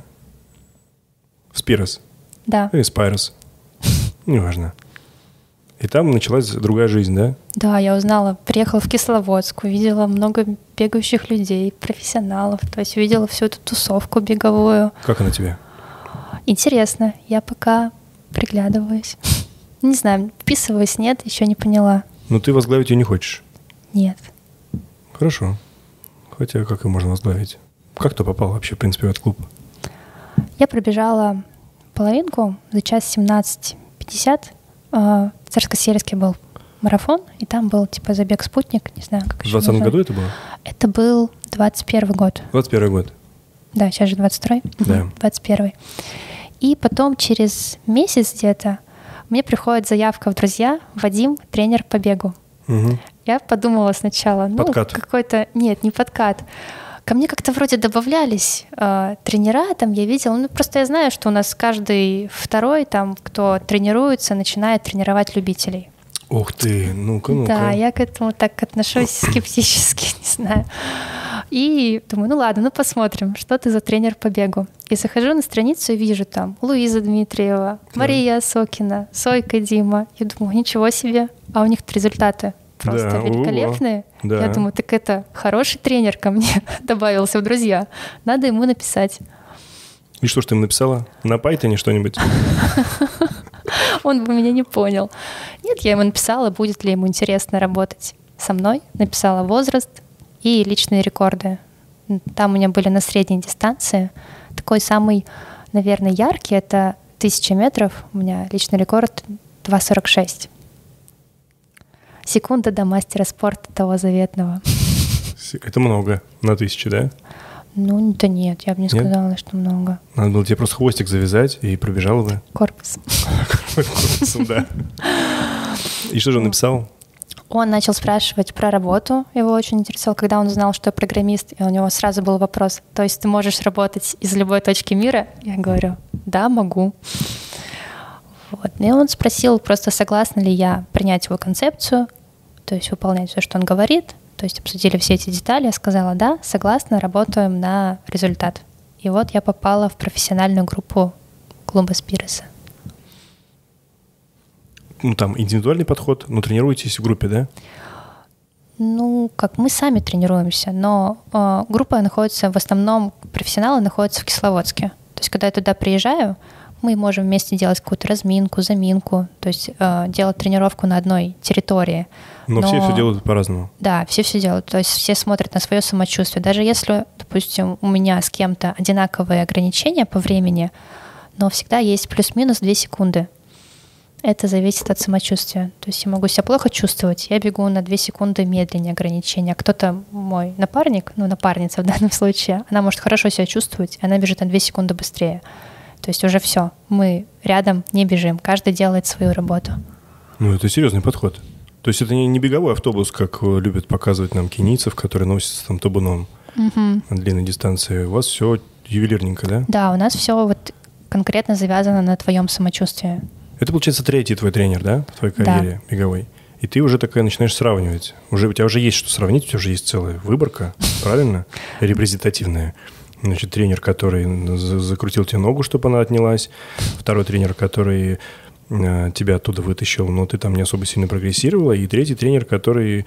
Speaker 1: Спирос?
Speaker 2: Да.
Speaker 1: Или Спайрос? Неважно. И там началась другая жизнь, да?
Speaker 2: Да, я узнала, приехала в Кисловодск, увидела много бегающих людей, профессионалов, то есть увидела всю эту тусовку беговую.
Speaker 1: Как она тебе?
Speaker 2: Интересно, я пока приглядываюсь. Не знаю, вписываюсь, нет, еще не поняла.
Speaker 1: Но ты возглавить ее не хочешь?
Speaker 2: Нет.
Speaker 1: Хорошо. Хотя как ее можно возглавить? Как ты попал вообще, в принципе, в этот клуб?
Speaker 2: Я пробежала половинку за час 17:50. Царско-сельский был марафон, и там был типа забег «Спутник», не знаю, как
Speaker 1: В
Speaker 2: еще
Speaker 1: 2020 году
Speaker 2: назвать.
Speaker 1: это было?
Speaker 2: Это был 21 год.
Speaker 1: 21 год.
Speaker 2: Да, сейчас же 22-й.
Speaker 1: Да.
Speaker 2: 21-й. И потом через месяц где-то мне приходит заявка в друзья: Вадим, тренер по бегу.
Speaker 1: Угу.
Speaker 2: Я подумала сначала,
Speaker 1: Подкат.
Speaker 2: какой-то... Нет, не подкат. Ко мне как-то вроде добавлялись тренера, там я видела, просто я знаю, что у нас каждый второй, там, кто тренируется, начинает тренировать любителей.
Speaker 1: Ух ты, ну-ка.
Speaker 2: Да, я к этому так отношусь скептически, не знаю. И думаю, ладно, посмотрим, что ты за тренер по бегу. И захожу на страницу и вижу там Луиза Дмитриева, Мария Сокина, Сойка Дима. Я думаю, ничего себе, а у них результаты просто
Speaker 1: Да,
Speaker 2: великолепные.
Speaker 1: да.
Speaker 2: Я думаю, так это хороший тренер ко мне добавился в друзья. Надо ему написать.
Speaker 1: И что ж ты ему написала? На Python что-нибудь?
Speaker 2: Он бы меня не понял. Нет, я ему написала, будет ли ему интересно работать со мной. Написала возраст и личные рекорды. Там у меня были на средней дистанции. Такой самый, наверное, яркий — это 1000 метров. У меня личный рекорд 2:46. Секунда до мастера спорта того заветного.
Speaker 1: Это много на 1000, да?
Speaker 2: Ну, да нет, я бы не сказала, что много.
Speaker 1: Надо было тебе просто хвостик завязать и пробежала бы.
Speaker 2: Корпус.
Speaker 1: Корпусом, да. И что же он написал?
Speaker 2: Он начал спрашивать про работу. Его очень интересовало, когда он узнал, что я программист, и у него сразу был вопрос: то есть ты можешь работать из любой точки мира? Я говорю, да, могу. Вот. И он спросил просто, согласна ли я принять его концепцию, то есть выполнять все, что он говорит. То есть обсудили все эти детали. Я сказала, да, согласна, работаем на результат. И вот я попала в профессиональную группу клуба Спироса.
Speaker 1: Ну, там индивидуальный подход, но тренируетесь в группе, да?
Speaker 2: Ну, как мы сами тренируемся, но группа находится, в основном профессионалы находятся в Кисловодске. То есть, когда я туда приезжаю, мы можем вместе делать какую-то разминку, заминку, то есть делать тренировку на одной территории.
Speaker 1: Но все делают по-разному.
Speaker 2: Да, все делают. То есть все смотрят на свое самочувствие. Даже если, допустим, у меня с кем-то одинаковые ограничения по времени, но всегда есть плюс-минус 2 секунды. Это зависит от самочувствия. То есть я могу себя плохо чувствовать, я бегу на 2 секунды медленнее ограничения. А кто-то, мой напарник, напарница в данном случае, она может хорошо себя чувствовать, она бежит на 2 секунды быстрее. То есть уже все, мы рядом не бежим, каждый делает свою работу.
Speaker 1: Ну, это серьезный подход. То есть это не беговой автобус, как любят показывать нам кенийцев, которые носятся там табуном на длинной дистанции. У вас все ювелирненько, да?
Speaker 2: Да, у нас все вот конкретно завязано на твоем самочувствии.
Speaker 1: Это, получается, 3-й твой тренер, да, в твоей карьере беговой? И ты уже такая начинаешь сравнивать. У тебя уже есть что сравнить, у тебя уже есть целая выборка, правильно? Репрезентативная. Значит, тренер, который закрутил тебе ногу, чтобы она отнялась. Второй тренер, который тебя оттуда вытащил, но ты там не особо сильно прогрессировала. И 3-й тренер, который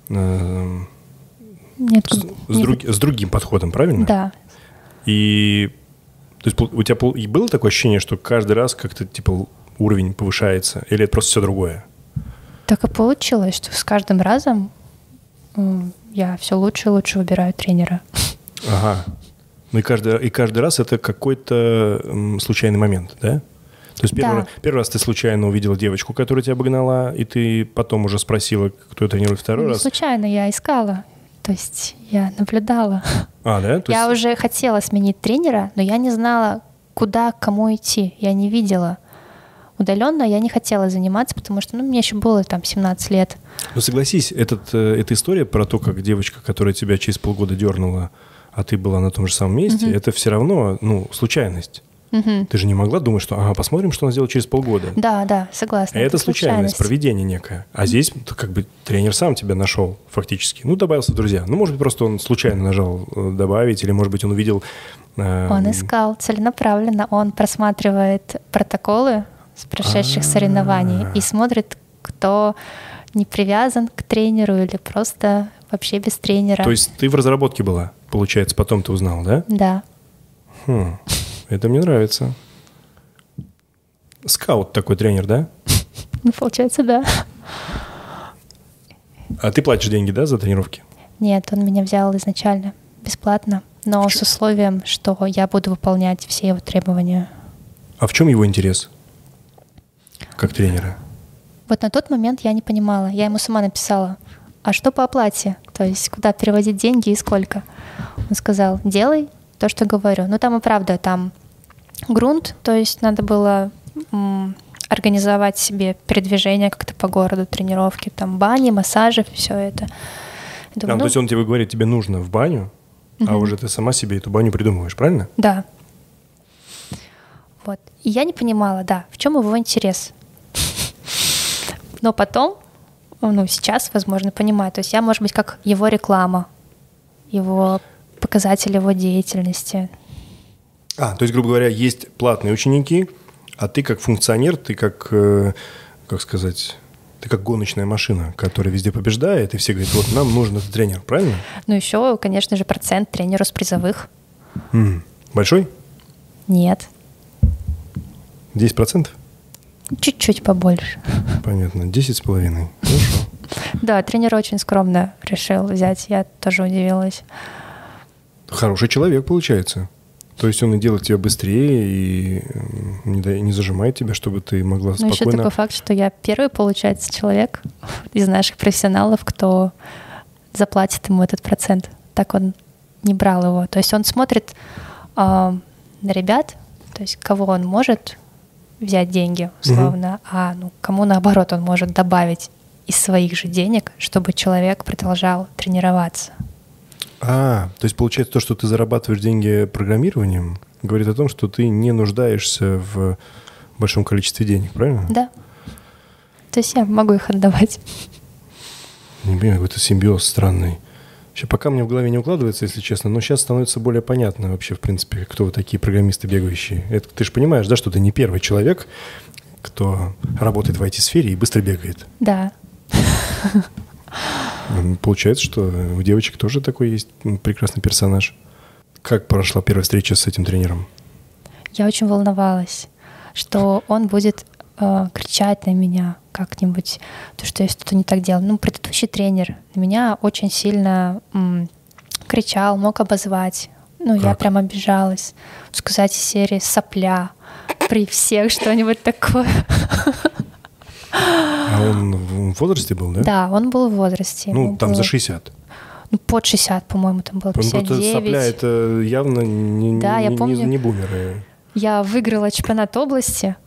Speaker 1: с другим подходом, правильно?
Speaker 2: Да.
Speaker 1: И то есть у тебя было такое ощущение, что каждый раз как-то типа уровень повышается? Или это просто все другое?
Speaker 2: Так и получилось, что с каждым разом я все лучше и лучше выбираю тренера.
Speaker 1: Ага. Ну и каждый раз это какой-то случайный момент, да? То есть первый раз ты случайно увидела девочку, которая тебя обогнала, и ты потом уже спросила, кто тренирует второй раз?
Speaker 2: Случайно я искала, то есть я наблюдала.
Speaker 1: А, да?
Speaker 2: Я уже хотела сменить тренера, но я не знала, куда, к кому идти. Я не видела. Удаленно я не хотела заниматься, потому что мне еще было там 17 лет.
Speaker 1: Ну согласись, эта история про то, как девочка, которая тебя через полгода дернула, а ты была на том же самом месте, это все равно случайность. Ты же не могла думать, что посмотрим, что она сделает через полгода.
Speaker 2: Да, согласна.
Speaker 1: Это случайность, проведение некое. А здесь как бы тренер сам тебя нашел фактически. Добавился в друзья. Может быть, просто он случайно нажал добавить, или, может быть, он увидел...
Speaker 2: Он искал целенаправленно. Он просматривает протоколы с прошедших соревнований и смотрит, кто не привязан к тренеру или просто вообще без тренера.
Speaker 1: То есть ты в разработке была, получается, потом ты узнал, да?
Speaker 2: Да.
Speaker 1: Это мне нравится. Скаут такой тренер, да?
Speaker 2: Ну, получается, да.
Speaker 1: А ты платишь деньги, да, за тренировки?
Speaker 2: Нет, он меня взял изначально бесплатно, но с условием, что я буду выполнять все его требования.
Speaker 1: А в чем его интерес? Как тренера?
Speaker 2: Вот на тот момент я не понимала. Я ему сама написала, а что по оплате? То есть куда переводить деньги и сколько? Он сказал, делай то, что говорю. Ну, там и правда, там грунт, то есть надо было организовать себе передвижение как-то по городу, тренировки, там бани, массажи, все это. Думаю,
Speaker 1: то есть он тебе говорит, тебе нужно в баню, а уже ты сама себе эту баню придумываешь, правильно?
Speaker 2: Да. Вот. И я не понимала, да, в чем его интерес. Но потом, сейчас, возможно, понимаю. То есть я, может быть, как его реклама, его показатель его деятельности.
Speaker 1: То есть, грубо говоря, есть платные ученики, а ты как функционер, ты как, как сказать, ты как гоночная машина, которая везде побеждает, и все говорят, вот нам нужен этот тренер, правильно?
Speaker 2: Ну еще, конечно же, процент тренеру с призовых.
Speaker 1: Большой?
Speaker 2: Нет.
Speaker 1: 10%?
Speaker 2: Чуть-чуть побольше.
Speaker 1: Понятно, 10,5. Хорошо.
Speaker 2: Да, тренер очень скромно решил взять, я тоже удивилась.
Speaker 1: Хороший человек, получается. То есть он и делает тебя быстрее, и не зажимает тебя, чтобы ты могла спокойно...
Speaker 2: Ну, еще такой факт, что я первый, получается, человек из наших профессионалов, кто заплатит ему этот процент. Так он не брал его. То есть он смотрит на ребят, то есть кого он может взять деньги, условно, а кому, наоборот, он может добавить из своих же денег, чтобы человек продолжал тренироваться.
Speaker 1: То есть получается то, что ты зарабатываешь деньги программированием, говорит о том, что ты не нуждаешься в большом количестве денег, правильно?
Speaker 2: Да. То есть я могу их отдавать.
Speaker 1: Не понимаю, какой-то симбиоз странный. Вообще, пока мне в голове не укладывается, если честно, но сейчас становится более понятно вообще, в принципе, кто вы такие программисты бегающие. Это, ты же понимаешь, да, что ты не первый человек, кто работает в IT-сфере и быстро бегает.
Speaker 2: Да.
Speaker 1: Получается, что у девочек тоже такой есть прекрасный персонаж. Как прошла первая встреча с этим тренером?
Speaker 2: Я очень волновалась, что он будет кричать на меня как-нибудь, то, что я что-то не так делала. Предыдущий тренер на меня очень сильно кричал, мог обозвать. Я прям обижалась. Сказать из серии «сопля», при всех что-нибудь такое.
Speaker 1: А он в возрасте был, да?
Speaker 2: Да, он был в возрасте.
Speaker 1: Там за 60.
Speaker 2: Под 60, по-моему, там было 59.
Speaker 1: Сопля — это явно не бумеры.
Speaker 2: Я выиграла чемпионат области,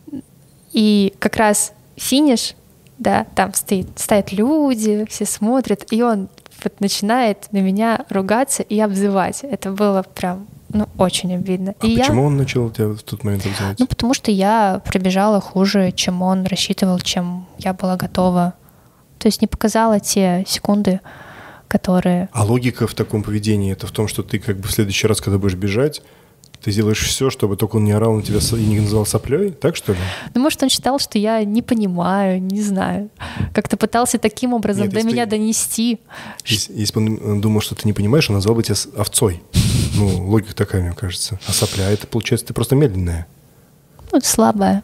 Speaker 2: и как раз финиш, да, там стоят люди, все смотрят, и он начинает на меня ругаться и обзывать. Это было прям, очень обидно.
Speaker 1: А почему он начал тебя в тот момент обзывать?
Speaker 2: Потому что я пробежала хуже, чем он рассчитывал, чем я была готова. То есть не показала те секунды, которые...
Speaker 1: А логика в таком поведении — это в том, что ты как бы в следующий раз, когда будешь бежать, ты сделаешь все, чтобы только он не орал на тебя и не называл соплей? Так, что ли?
Speaker 2: Может, он считал, что я не понимаю, не знаю. Как-то пытался таким образом до меня донести.
Speaker 1: Если бы он думал, что ты не понимаешь, он назвал бы тебя овцой. Логика такая, мне кажется. А сопля — это, получается, ты просто медленная.
Speaker 2: Слабая.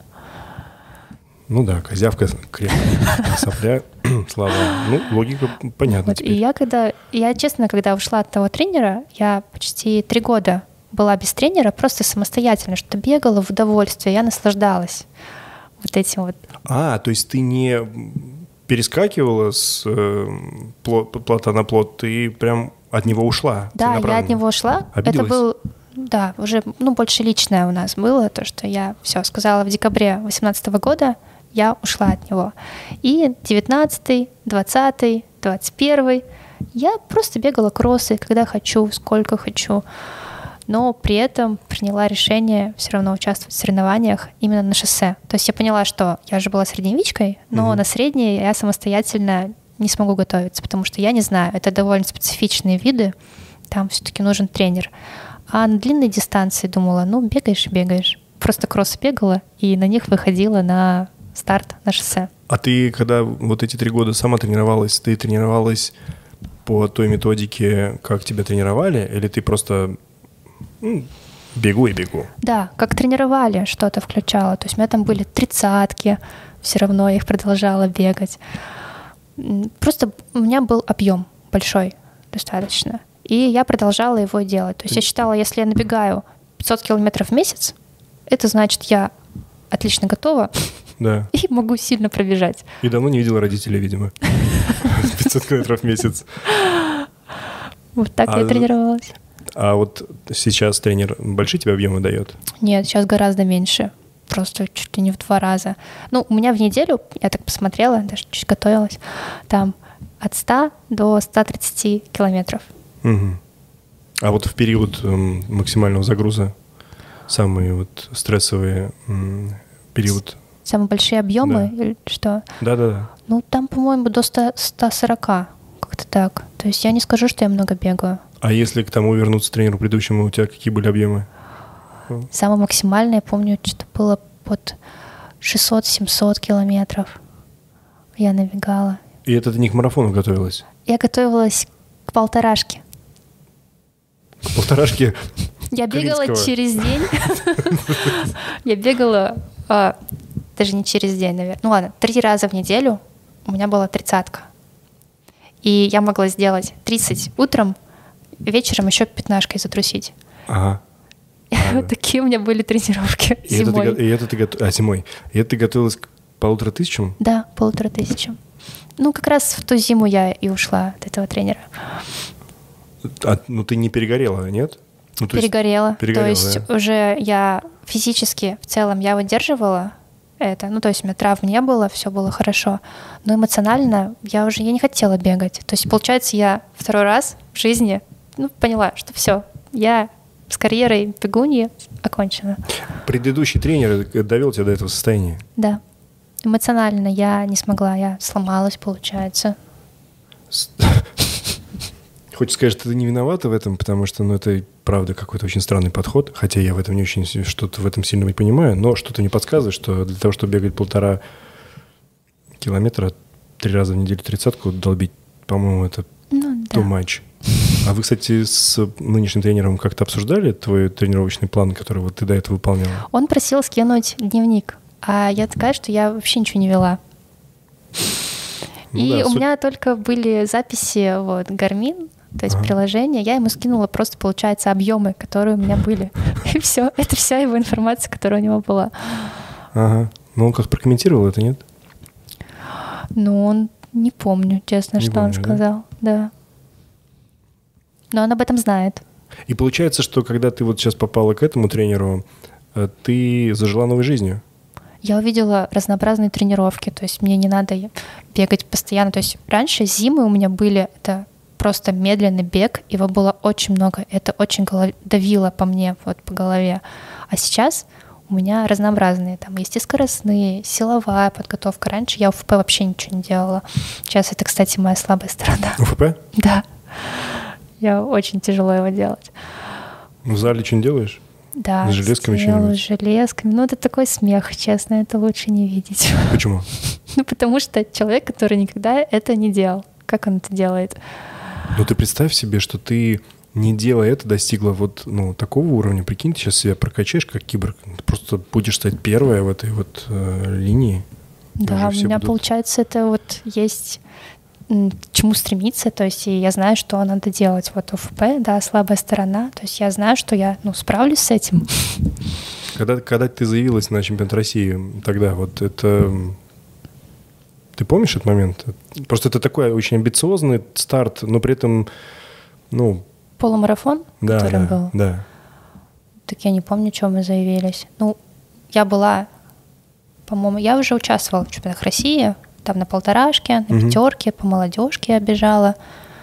Speaker 1: Да, козявка крепкая, а сопля слабая. Логика понятна теперь.
Speaker 2: И я, честно, когда ушла от того тренера, я почти 3 года была без тренера, просто самостоятельно, что бегала в удовольствие, я наслаждалась этим вот.
Speaker 1: То есть ты не перескакивала с плота на плот, ты прям от него ушла?
Speaker 2: Да, я от него ушла.
Speaker 1: Обиделась?
Speaker 2: Это был, да, уже больше личное у нас было, то, что я все сказала в декабре 2018 года, я ушла от него. И 19-й, 20-й, 21-й я просто бегала кроссы, когда хочу, сколько хочу. Но при этом приняла решение все равно участвовать в соревнованиях именно на шоссе. То есть я поняла, что я же была средневичкой, но на средние я самостоятельно не смогу готовиться, потому что я не знаю, это довольно специфичные виды, там все-таки нужен тренер. А на длинной дистанции думала, бегаешь и бегаешь. Просто кросс бегала и на них выходила на старт на шоссе.
Speaker 1: А ты, когда вот эти 3 года сама тренировалась, ты тренировалась по той методике, как тебя тренировали, или ты просто бегу и бегу.
Speaker 2: Да, как тренировали, что-то включала. То есть у меня там были 30-ки, все равно я их продолжала бегать. Просто у меня был объем большой достаточно. И я продолжала его делать. То есть я считала, если я набегаю 500 километров в месяц, это значит, я отлично готова
Speaker 1: Да.
Speaker 2: и могу сильно пробежать.
Speaker 1: И давно не видела родителей, видимо. 500 километров в месяц.
Speaker 2: Вот так я тренировалась.
Speaker 1: А вот сейчас тренер большие тебе объемы дает?
Speaker 2: Нет, сейчас гораздо меньше. Просто чуть ли не в 2 раза. Ну, у меня в неделю, я так посмотрела, даже чуть готовилась, там от 100 до 130 километров.
Speaker 1: Угу. А вот в период максимального загруза, самый вот стрессовый период?
Speaker 2: Самые большие объемы
Speaker 1: Да.
Speaker 2: или что?
Speaker 1: Да-да-да.
Speaker 2: Ну, там, по-моему, до 140, как-то так. То есть я не скажу, что я много бегаю.
Speaker 1: А если к тому вернуться тренеру предыдущему, у тебя какие были объемы?
Speaker 2: Самое максимальное, я помню, что было под 600-700 километров. Я набегала.
Speaker 1: И это ты не к марафону готовилась?
Speaker 2: Я готовилась к полторашке.
Speaker 1: К полторашке
Speaker 2: Я бегала
Speaker 1: Клинского.
Speaker 2: через день. Я бегала даже не через день, наверное. Ну ладно, 3 раза в неделю у меня была 30-ка. И я могла сделать 30 утром, вечером еще 15-кой затрусить.
Speaker 1: Ага.
Speaker 2: Вот такие у меня были тренировки зимой.
Speaker 1: Зимой. И это ты готовилась к 1500?
Speaker 2: Да, 1500. Ну, как раз в ту зиму я и ушла от этого тренера.
Speaker 1: Ну, ты не перегорела, нет? Ну, то есть
Speaker 2: Перегорела.
Speaker 1: перегорела,
Speaker 2: То есть
Speaker 1: да.
Speaker 2: уже я физически в целом я выдерживала это. Ну, то есть у меня травм не было, все было хорошо. Но эмоционально я не хотела бегать. То есть, получается, я 2-й раз в жизни поняла, что все, я с карьерой бегуньи окончена.
Speaker 1: Предыдущий тренер довел тебя до этого состояния?
Speaker 2: Да. Эмоционально я не смогла, я сломалась, получается.
Speaker 1: Хочешь сказать, что ты не виновата в этом, потому что, это правда какой-то очень странный подход, хотя я в этом не очень что-то в этом сильно не понимаю, но что-то не подсказывает, что для того, чтобы бегать 1,5 километра 3 раза в неделю 30-ку долбить, по-моему, это too much. А вы, кстати, с нынешним тренером как-то обсуждали твой тренировочный план, который вот ты до этого выполняла?
Speaker 2: Он просил скинуть дневник, а я такая, что я вообще ничего не вела. И у меня только были записи, Garmin, то есть приложение, я ему скинула просто, получается, объемы, которые у меня были. И все, это вся его информация, которая у него была.
Speaker 1: Ага. Но он как прокомментировал это, нет?
Speaker 2: Он не помню, честно,
Speaker 1: Не
Speaker 2: что
Speaker 1: помню,
Speaker 2: он сказал. Да. Но он об этом знает.
Speaker 1: И получается, что когда ты вот сейчас попала к этому тренеру, ты зажила новой жизнью?
Speaker 2: Я увидела разнообразные тренировки, то есть мне не надо бегать постоянно. То есть раньше зимы у меня были, это просто медленный бег, его было очень много, это очень давило по мне, по голове. А сейчас у меня разнообразные, там есть и скоростные, силовая подготовка. Раньше я УФП вообще ничего не делала. Сейчас это, кстати, моя слабая сторона.
Speaker 1: УФП?
Speaker 2: Да. Я очень тяжело его делать.
Speaker 1: В зале что-нибудь делаешь?
Speaker 2: Да,
Speaker 1: с железками
Speaker 2: с железками. Это такой смех, честно, это лучше не видеть.
Speaker 1: Почему?
Speaker 2: Потому что человек, который никогда это не делал. Как он это делает?
Speaker 1: Ты представь себе, что ты, не делая это, достигла такого уровня. Прикинь, ты сейчас себя прокачаешь как киборг. Ты просто будешь стать первая в этой линии.
Speaker 2: Да, у меня, получается, это есть к чему стремиться, то есть и я знаю, что надо делать. УФП, да, слабая сторона, то есть я знаю, что я, справлюсь с этим.
Speaker 1: Когда ты заявилась на чемпионат России, тогда это... Ты помнишь этот момент? Просто это такой очень амбициозный старт, но при этом,
Speaker 2: Полумарафон, который был?
Speaker 1: Да.
Speaker 2: Так я не помню, что мы заявились. Я была, по-моему, я уже участвовала в чемпионатах России, там на 1,5-ке, на 5-ке, по молодежке я бежала.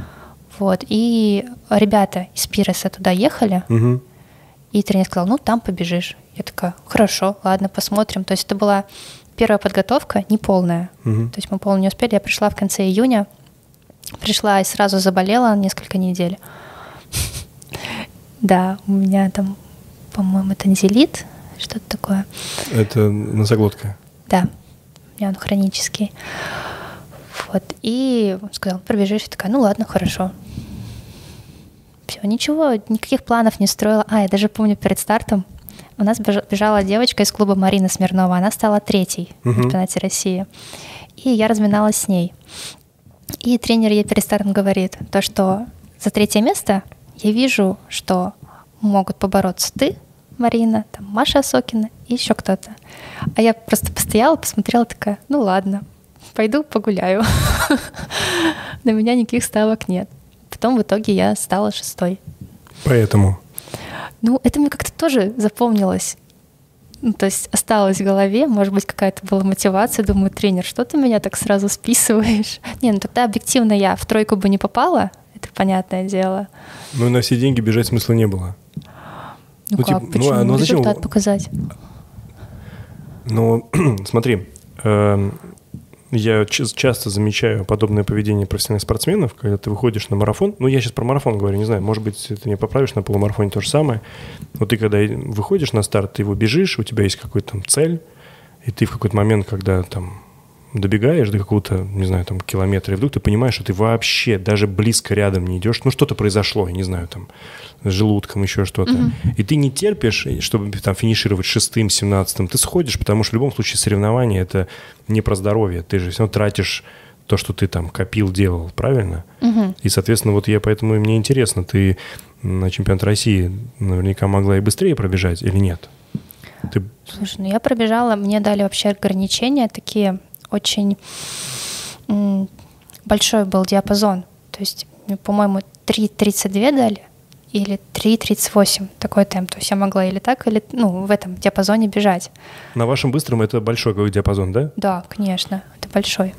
Speaker 2: И ребята из Пиреса туда ехали, и тренер сказал, там побежишь. Я такая, хорошо, ладно, посмотрим. То есть это была первая подготовка, не полная. То есть мы полную не успели. Я пришла в конце июня, пришла и сразу заболела несколько недель. Да, у меня там, по-моему, танзелит, что-то такое.
Speaker 1: Это носоглотка?
Speaker 2: Да. У меня он хронический. И он сказал, пробежишь. Я такая, ладно, хорошо. Все, этого. Ничего, никаких планов не строила. Я даже помню, перед стартом у нас бежала девочка из клуба Марина Смирнова. Она стала 3-й в чемпионате России. И я разминалась с ней. И тренер ей перед стартом говорит, то, что за 3-е место я вижу, что могут побороться ты, Марина, там, Маша Осокина и еще кто-то. А я просто постояла, посмотрела, такая, ну ладно, пойду погуляю. На меня никаких ставок нет. Потом в итоге я стала 6-й.
Speaker 1: Поэтому?
Speaker 2: Ну, это мне как-то тоже запомнилось. Ну, то есть осталось в голове, может быть, какая-то была мотивация. Думаю, тренер, что ты меня так сразу списываешь? Не, ну тогда объективно я в 3-ку бы не попала, это понятное дело.
Speaker 1: Ну, на все деньги бежать смысла не было.
Speaker 2: Ну как,
Speaker 1: типа,
Speaker 2: почему? Результат показать.
Speaker 1: Ну, смотри, я часто замечаю подобное поведение профессиональных спортсменов, когда ты выходишь на марафон. Ну, я сейчас про марафон говорю, не знаю, может быть, ты меня поправишь, на полумарафоне то же самое. Вот ты когда выходишь на старт, ты его бежишь, у тебя есть какая-то там цель, и ты в какой-то момент, когда там добегаешь до какого-то, не знаю, там километра, и вдруг ты понимаешь, что ты вообще даже близко рядом не идешь. Ну, что-то произошло, я не знаю, там, с желудком, еще что-то. И ты не терпишь, чтобы там финишировать 6-м, 17-м. Ты сходишь, потому что в любом случае соревнование – это не про здоровье. Ты же все равно тратишь то, что ты там копил, делал, правильно? И, соответственно, вот поэтому и мне интересно, ты на чемпионат России наверняка могла и быстрее пробежать или нет?
Speaker 2: Слушай, ну я пробежала, мне дали вообще ограничения такие, очень большой был диапазон. То есть, по-моему, 3:32 дали или 3:38, такой темп. То есть я могла или так, или в этом диапазоне бежать.
Speaker 1: На вашем быстром это большой какой диапазон, да?
Speaker 2: Да, конечно, это большой.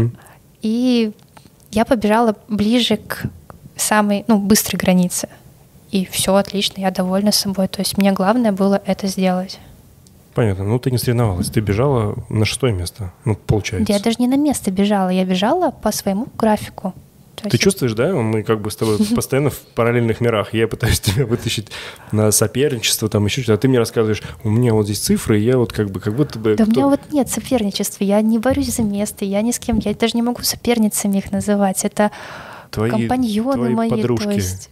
Speaker 2: И я побежала ближе к самой, быстрой границе. И все отлично, я довольна собой. То есть мне главное было это сделать.
Speaker 1: Понятно. Ну, ты не соревновалась. Ты бежала на 6-е место, получается.
Speaker 2: Я даже не на место бежала. Я бежала по своему графику.
Speaker 1: Ты чувствуешь, да? Мы как бы с тобой постоянно в параллельных мирах. Я пытаюсь тебя вытащить на соперничество, там еще что-то. А ты мне рассказываешь, у меня вот здесь цифры, и я вот как будто бы...
Speaker 2: Да у меня вот нет соперничества. Я не борюсь за место, я ни с кем... Я даже не могу соперницами их называть. Это компаньоны мои.
Speaker 1: Подружки.
Speaker 2: То есть...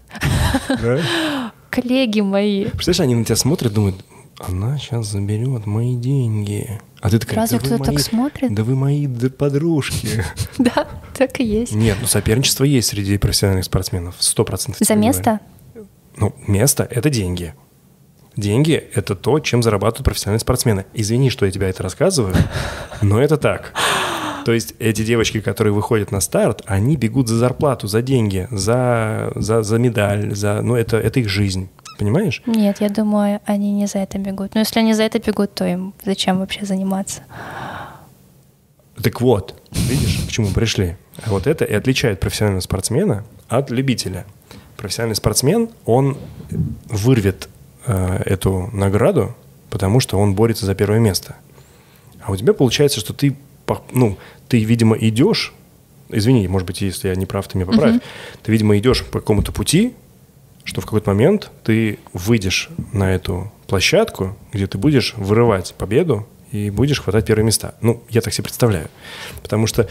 Speaker 2: Коллеги мои.
Speaker 1: Представляешь, они на тебя смотрят, думают, она сейчас заберет мои деньги. А ты такая,
Speaker 2: разве кто-то так смотрит?
Speaker 1: Да вы мои подружки.
Speaker 2: Да, так и есть.
Speaker 1: Нет, соперничество есть среди профессиональных спортсменов, 100%.
Speaker 2: За место?
Speaker 1: Место – это деньги. Деньги – это то, чем зарабатывают профессиональные спортсмены. Извини, что я тебе это рассказываю, но это так. То есть эти девочки, которые выходят на старт, они бегут за зарплату, за деньги, за медаль, это их жизнь. Понимаешь?
Speaker 2: Нет, я думаю, они не за это бегут. Но если они за это бегут, то им зачем вообще заниматься?
Speaker 1: Так вот, видишь, к чему пришли? Вот это и отличает профессионального спортсмена от любителя. Профессиональный спортсмен, он вырвет эту награду, потому что он борется за первое место. А у тебя получается, что ты, видимо, идешь, извини, может быть, если я не прав, ты меня поправь, ты, видимо, идешь по какому-то пути, что в какой-то момент ты выйдешь на эту площадку, где ты будешь вырывать победу и будешь хватать первые места. Я так себе представляю. Потому что,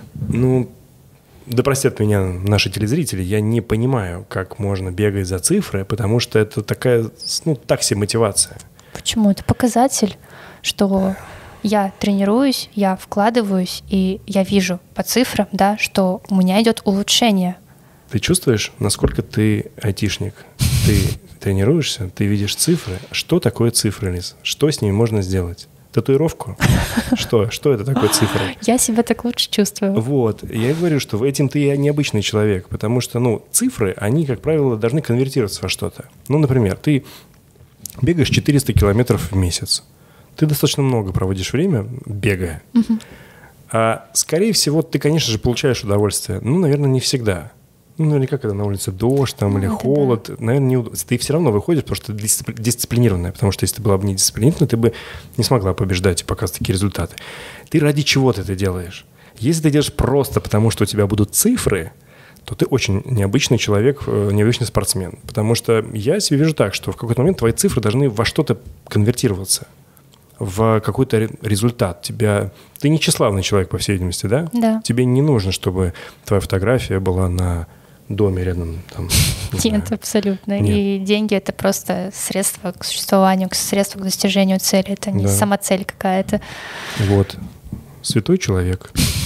Speaker 1: да простят меня наши телезрители, я не понимаю, как можно бегать за цифры, потому что это такая, так себе мотивация.
Speaker 2: Почему? Это показатель, что я тренируюсь, я вкладываюсь, и я вижу по цифрам, да, что у меня идет улучшение.
Speaker 1: Ты чувствуешь, насколько ты айтишник? Ты тренируешься, ты видишь цифры. Что такое цифры, Лиз? Что с ними можно сделать? Татуировку? Что? Что это такое цифры?
Speaker 2: Я себя так лучше чувствую.
Speaker 1: Вот. Я говорю, что в этом ты необычный человек, потому что, цифры, они, как правило, должны конвертироваться во что-то. Например, ты бегаешь 400 километров в месяц. Ты достаточно много проводишь время, бегая. А, скорее всего, ты, конечно же, получаешь удовольствие. Наверное, не всегда. Наверняка, когда на улице дождь или холод, да. Наверное, неудобно. Ты все равно выходишь, потому что ты дисциплинированная. Потому что если ты была бы не дисциплинированная, ты бы не смогла побеждать и показывать такие результаты. Ты ради чего ты это делаешь? Если ты делаешь просто потому, что у тебя будут цифры, то ты очень необычный человек, необычный спортсмен. Потому что я себе вижу так, что в какой-то момент твои цифры должны во что-то конвертироваться, в какой-то результат. Ты не тщеславный человек, по всей видимости, да?
Speaker 2: Да.
Speaker 1: Тебе не нужно, чтобы твоя фотография была на доме рядом. Там,
Speaker 2: Нет, абсолютно.
Speaker 1: Нет.
Speaker 2: И деньги — это просто средство к существованию, средство к достижению цели. Это не сама цель какая-то.
Speaker 1: Вот. Святой человек.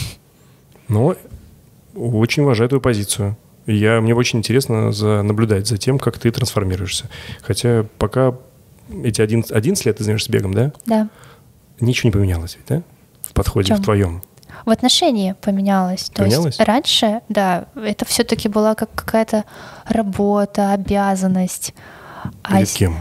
Speaker 1: Но очень уважаю твою позицию. Мне очень интересно наблюдать за тем, как ты трансформируешься. Хотя пока эти 11 лет ты занимаешься бегом, да?
Speaker 2: Да.
Speaker 1: Ничего не поменялось ведь, да? В подходе, в твоем.
Speaker 2: В отношении поменялось. То есть раньше, да, это все-таки была как какая-то работа, обязанность.
Speaker 1: Перед кем?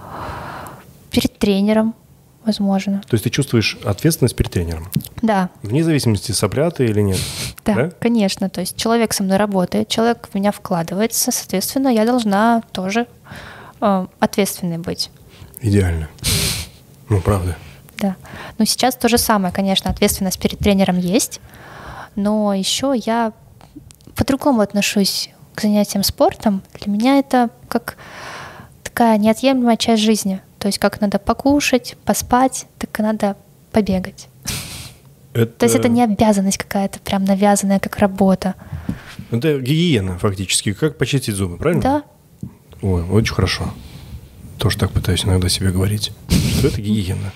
Speaker 2: Перед тренером, возможно.
Speaker 1: То есть ты чувствуешь ответственность перед тренером?
Speaker 2: Да.
Speaker 1: Вне зависимости, сопля ты или нет?
Speaker 2: Да, конечно. То есть человек со мной работает, человек в меня вкладывается, соответственно, я должна тоже ответственной быть.
Speaker 1: Идеально. Ну, правда.
Speaker 2: Да. Но сейчас то же самое, конечно, ответственность перед тренером есть, но еще я по-другому отношусь к занятиям спортом. Для меня это как такая неотъемлемая часть жизни. То есть как надо покушать, поспать, так и надо побегать. То есть это не обязанность какая-то прям навязанная, как работа.
Speaker 1: Это гигиена фактически, как почистить зубы, правильно?
Speaker 2: Да.
Speaker 1: Ой, очень хорошо. Тоже так пытаюсь иногда себе говорить, что это гигиена.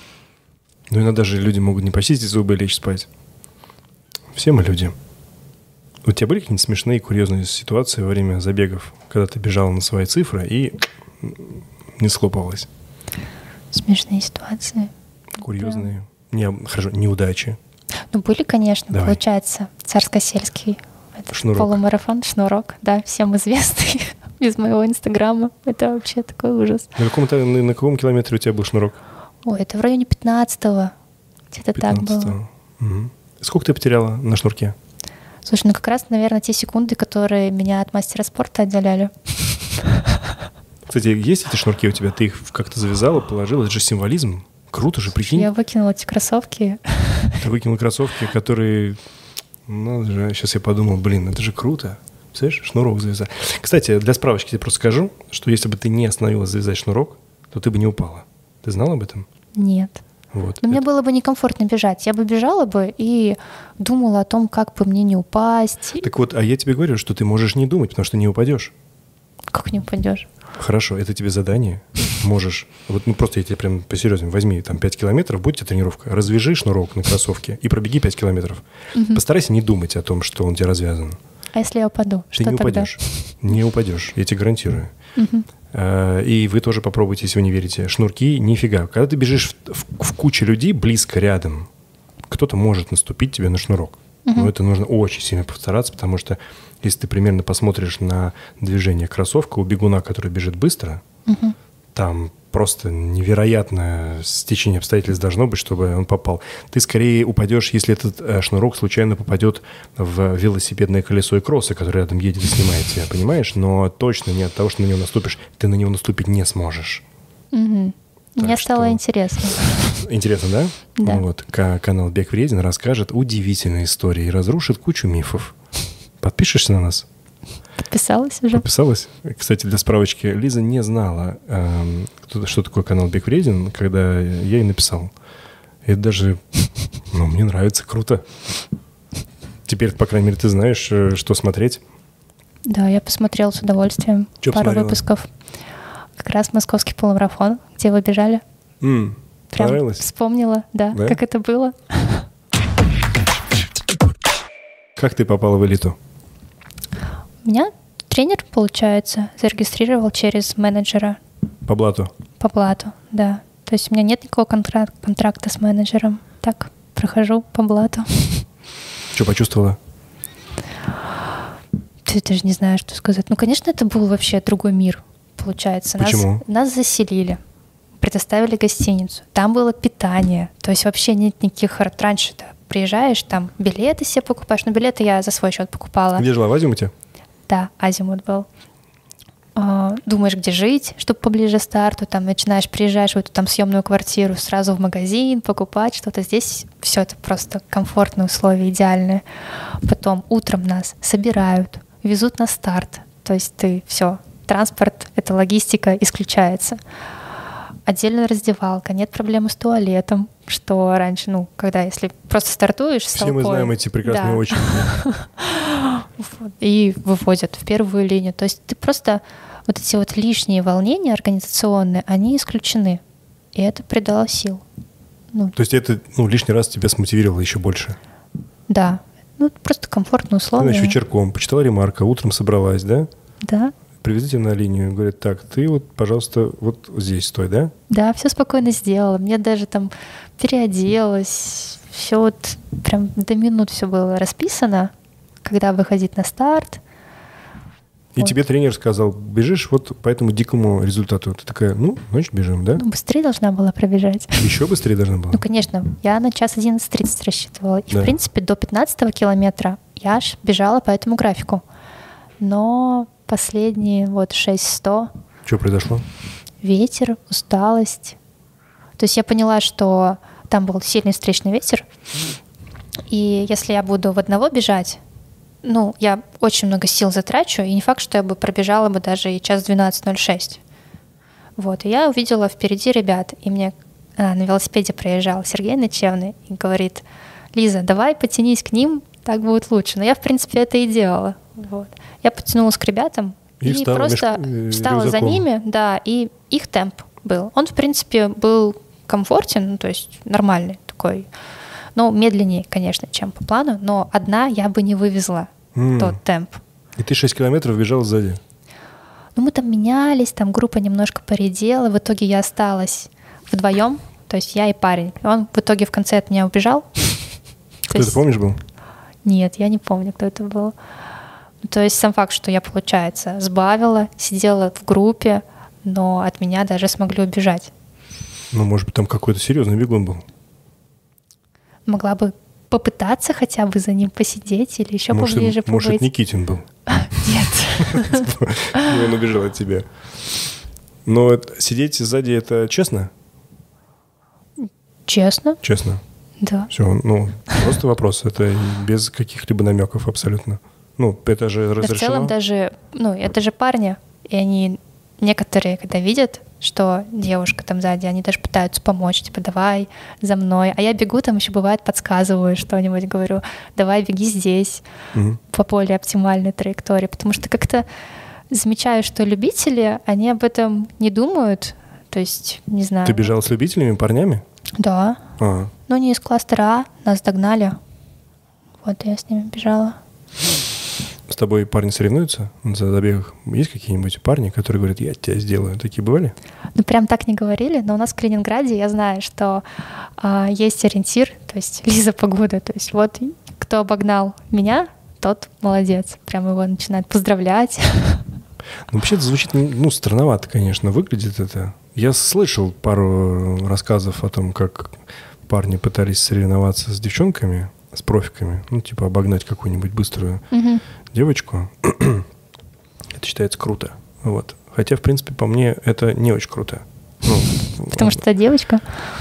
Speaker 1: Но иногда же люди могут не почистить зубы и лечь спать. Все мы люди. У тебя были какие-нибудь смешные, курьезные ситуации во время забегов, когда ты бежала на свои цифры и не схлопывалась?
Speaker 2: Смешные ситуации.
Speaker 1: Курьезные. Хорошо, неудачи.
Speaker 2: Ну, были, конечно.
Speaker 1: Давай.
Speaker 2: Получается, Царско-сельский полумарафон, шнурок, да, всем известный, без моего инстаграма. Это вообще такой ужас.
Speaker 1: На каком километре у тебя был шнурок?
Speaker 2: Ой, это в районе 15-го. Где-то 15-го. Так было.
Speaker 1: Угу. Сколько ты потеряла на шнурке?
Speaker 2: Слушай, ну как раз, наверное, те секунды, которые меня от мастера спорта отделяли.
Speaker 1: Кстати, есть эти шнурки у тебя? Ты их как-то завязала, положила? Это же символизм. Круто же, прикинь.
Speaker 2: Я выкинула эти кроссовки.
Speaker 1: Ты выкинула кроссовки, которые... Ну, сейчас я подумал, это же круто. Представляешь, шнурок завязать. Кстати, для справочки тебе просто скажу, что если бы ты не остановилась завязать шнурок, то ты бы не упала. Ты знала об этом?
Speaker 2: Нет.
Speaker 1: Вот.
Speaker 2: Но мне было бы некомфортно бежать. Я бы бежала бы и думала о том, как бы мне не упасть.
Speaker 1: Так вот, а я тебе говорю, что ты можешь не думать, потому что не упадешь.
Speaker 2: Как не упадешь?
Speaker 1: Хорошо, это тебе задание. Можешь, просто я тебе прям по-серьезному, возьми там 5 километров, будет тебе тренировка, развяжи шнурок на кроссовке и пробеги 5 километров. Постарайся не думать о том, что он у тебя развязан.
Speaker 2: А если я упаду?
Speaker 1: Ты не упадешь. Не упадешь, я тебе гарантирую. И вы тоже попробуйте, если вы не верите. Шнурки нифига. Когда ты бежишь в куче людей близко рядом, кто-то может наступить тебе на шнурок. Но это нужно очень сильно постараться, потому что если ты примерно посмотришь на движение кроссовка у бегуна, который бежит быстро, там просто невероятное стечение обстоятельств должно быть, чтобы он попал. Ты скорее упадешь, если этот шнурок случайно попадет в велосипедное колесо и кроссы, который рядом едет и снимает тебя, понимаешь? Но точно не от того, что на него наступишь, ты на него наступить не сможешь.
Speaker 2: Мне стало интересно.
Speaker 1: Интересно, да?
Speaker 2: Да.
Speaker 1: Ну вот, канал Бег Вреден расскажет удивительные истории и разрушит кучу мифов. Подпишешься на нас?
Speaker 2: Подписалась уже.
Speaker 1: Подписалась? Кстати, для справочки, Лиза не знала, что такое канал Бег Вреден, когда я ей написал. Это даже, мне нравится, круто. Теперь, по крайней мере, ты знаешь, что смотреть.
Speaker 2: Да, я посмотрела с удовольствием.
Speaker 1: Что
Speaker 2: пару
Speaker 1: посмотрела?
Speaker 2: Выпусков. Как раз московский полумарафон, где вы бежали. Прям
Speaker 1: понравилось?
Speaker 2: вспомнила, да, как это было.
Speaker 1: Как ты попала в элиту?
Speaker 2: Меня тренер, получается, зарегистрировал через менеджера.
Speaker 1: По блату?
Speaker 2: По блату, да. То есть у меня нет никакого контракта с менеджером. Так, прохожу по блату.
Speaker 1: Что почувствовала?
Speaker 2: Ты даже не знаешь, что сказать. Ну, конечно, это был вообще другой мир, получается.
Speaker 1: Почему?
Speaker 2: Нас заселили, предоставили гостиницу. Там было питание. То есть вообще нет никаких... Раньше-то приезжаешь, там билеты себе покупаешь. Но билеты я за свой счет покупала.
Speaker 1: Где жила, в Азимуте?
Speaker 2: Да, Азимут был. Думаешь, где жить, чтобы поближе к старту, там начинаешь, приезжаешь в эту там съемную квартиру, сразу в магазин покупать что-то. Здесь все это просто комфортные условия, идеальные. Потом утром нас собирают, везут на старт. То есть ты все, транспорт, эта логистика исключается. Отдельная раздевалка, нет проблемы с туалетом, что раньше, когда если просто стартуешь с толпой.
Speaker 1: Все мы знаем эти прекрасные очереди.
Speaker 2: и выводят в первую линию. То есть ты просто вот эти вот лишние волнения организационные, они исключены. И это придало сил.
Speaker 1: То есть это лишний раз тебя смотивировало еще больше?
Speaker 2: Да. Просто комфортные условия.
Speaker 1: Значит, вечерком почитала ремарка, утром собралась, да?
Speaker 2: Да.
Speaker 1: Привезли тебя на линию, говорят, так, ты вот, пожалуйста, вот здесь стой, да?
Speaker 2: Да, все спокойно сделала. Мне даже там переоделась. Все вот прям до минут все было расписано, когда выходить на старт.
Speaker 1: И тебе тренер сказал, бежишь вот по этому дикому результату. Ты такая, значит, бежим, да?
Speaker 2: Быстрее должна была пробежать.
Speaker 1: Еще быстрее должна была?
Speaker 2: Конечно. Я на час 11:30 рассчитывала. И,
Speaker 1: Да.
Speaker 2: в принципе, до 15-го километра я аж бежала по этому графику. Но последние 600
Speaker 1: Что произошло?
Speaker 2: ветер, усталость. То есть я поняла, что там был сильный встречный ветер. И если я буду в одного бежать, я очень много сил затрачу, и не факт, что я бы пробежала бы даже и час 12:06. И я увидела впереди ребят, и мне на велосипеде проезжал Сергей Ночевный и говорит: Лиза, давай потянись к ним, так будет лучше. Но я, в принципе, это и делала. Я подтянулась к ребятам и просто встала за ними, да, и их темп был. Он, в принципе, был комфортен, то есть нормальный такой. Медленнее, конечно, чем по плану, но одна я бы не вывезла тот темп.
Speaker 1: И ты 6 километров бежал сзади?
Speaker 2: Мы там менялись, там группа немножко поредела, в итоге я осталась вдвоем, то есть я и парень. Он в итоге в конце от меня убежал.
Speaker 1: Кто это, помнишь, был?
Speaker 2: Нет, я не помню, кто это был. То есть сам факт, что я, получается, сбавила, сидела в группе, но от меня даже смогли убежать.
Speaker 1: Может быть, там какой-то серьезный бегун был?
Speaker 2: Могла бы попытаться хотя бы за ним посидеть или еще поближе побыть.
Speaker 1: Может, это Никитин был?
Speaker 2: Нет.
Speaker 1: Он убежал от тебя. Но сидеть сзади — это честно?
Speaker 2: Честно.
Speaker 1: Честно.
Speaker 2: Да.
Speaker 1: Все, просто вопрос. Это без каких-либо намеков абсолютно. Это же разрешено.
Speaker 2: Да, в целом даже, это же парни, и они некоторые, когда видят, что девушка там сзади, они даже пытаются помочь, типа, давай за мной. А я бегу, там еще бывает подсказываю что-нибудь, говорю, давай беги здесь, по более оптимальной траектории. Потому что как-то замечаю, что любители, они об этом не думают. То есть, не знаю.
Speaker 1: Ты бежала с любителями, парнями?
Speaker 2: Да. Не из кластера А, нас догнали. Я с ними бежала.
Speaker 1: С тобой парни соревнуются за забегах? Есть какие-нибудь парни, которые говорят, я тебя сделаю? Такие бывали?
Speaker 2: Прям так не говорили, но у нас в Калининграде я знаю, что есть ориентир, то есть Лиза Погода. То есть кто обогнал меня, тот молодец. Прям его начинают поздравлять.
Speaker 1: Вообще это звучит, странновато, конечно, выглядит это. Я слышал пару рассказов о том, как парни пытались соревноваться с девчонками, с профиками, обогнать какую-нибудь быструю девочку. Это считается круто. Хотя, в принципе, по мне, это не очень круто.
Speaker 2: Потому что это девочка?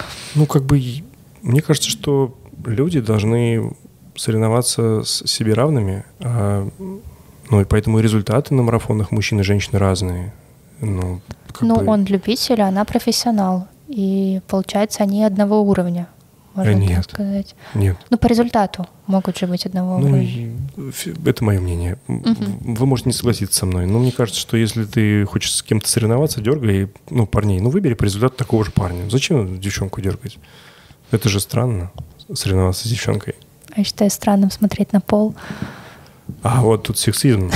Speaker 1: Мне кажется, что люди должны соревноваться с себе равными, и поэтому и результаты на марафонах мужчин и женщин разные.
Speaker 2: Он любитель, а она профессионал. И, получается, они одного уровня. Можно так сказать.
Speaker 1: Нет.
Speaker 2: По результату могут же быть одного уровня.
Speaker 1: Это мое мнение. Вы можете не согласиться со мной, но мне кажется, что если ты хочешь с кем-то соревноваться, дергай, парней, выбери по результату такого же парня. Зачем девчонку дергать? Это же странно, соревноваться с девчонкой.
Speaker 2: Я считаю странным смотреть на пол.
Speaker 1: Тут сексизм.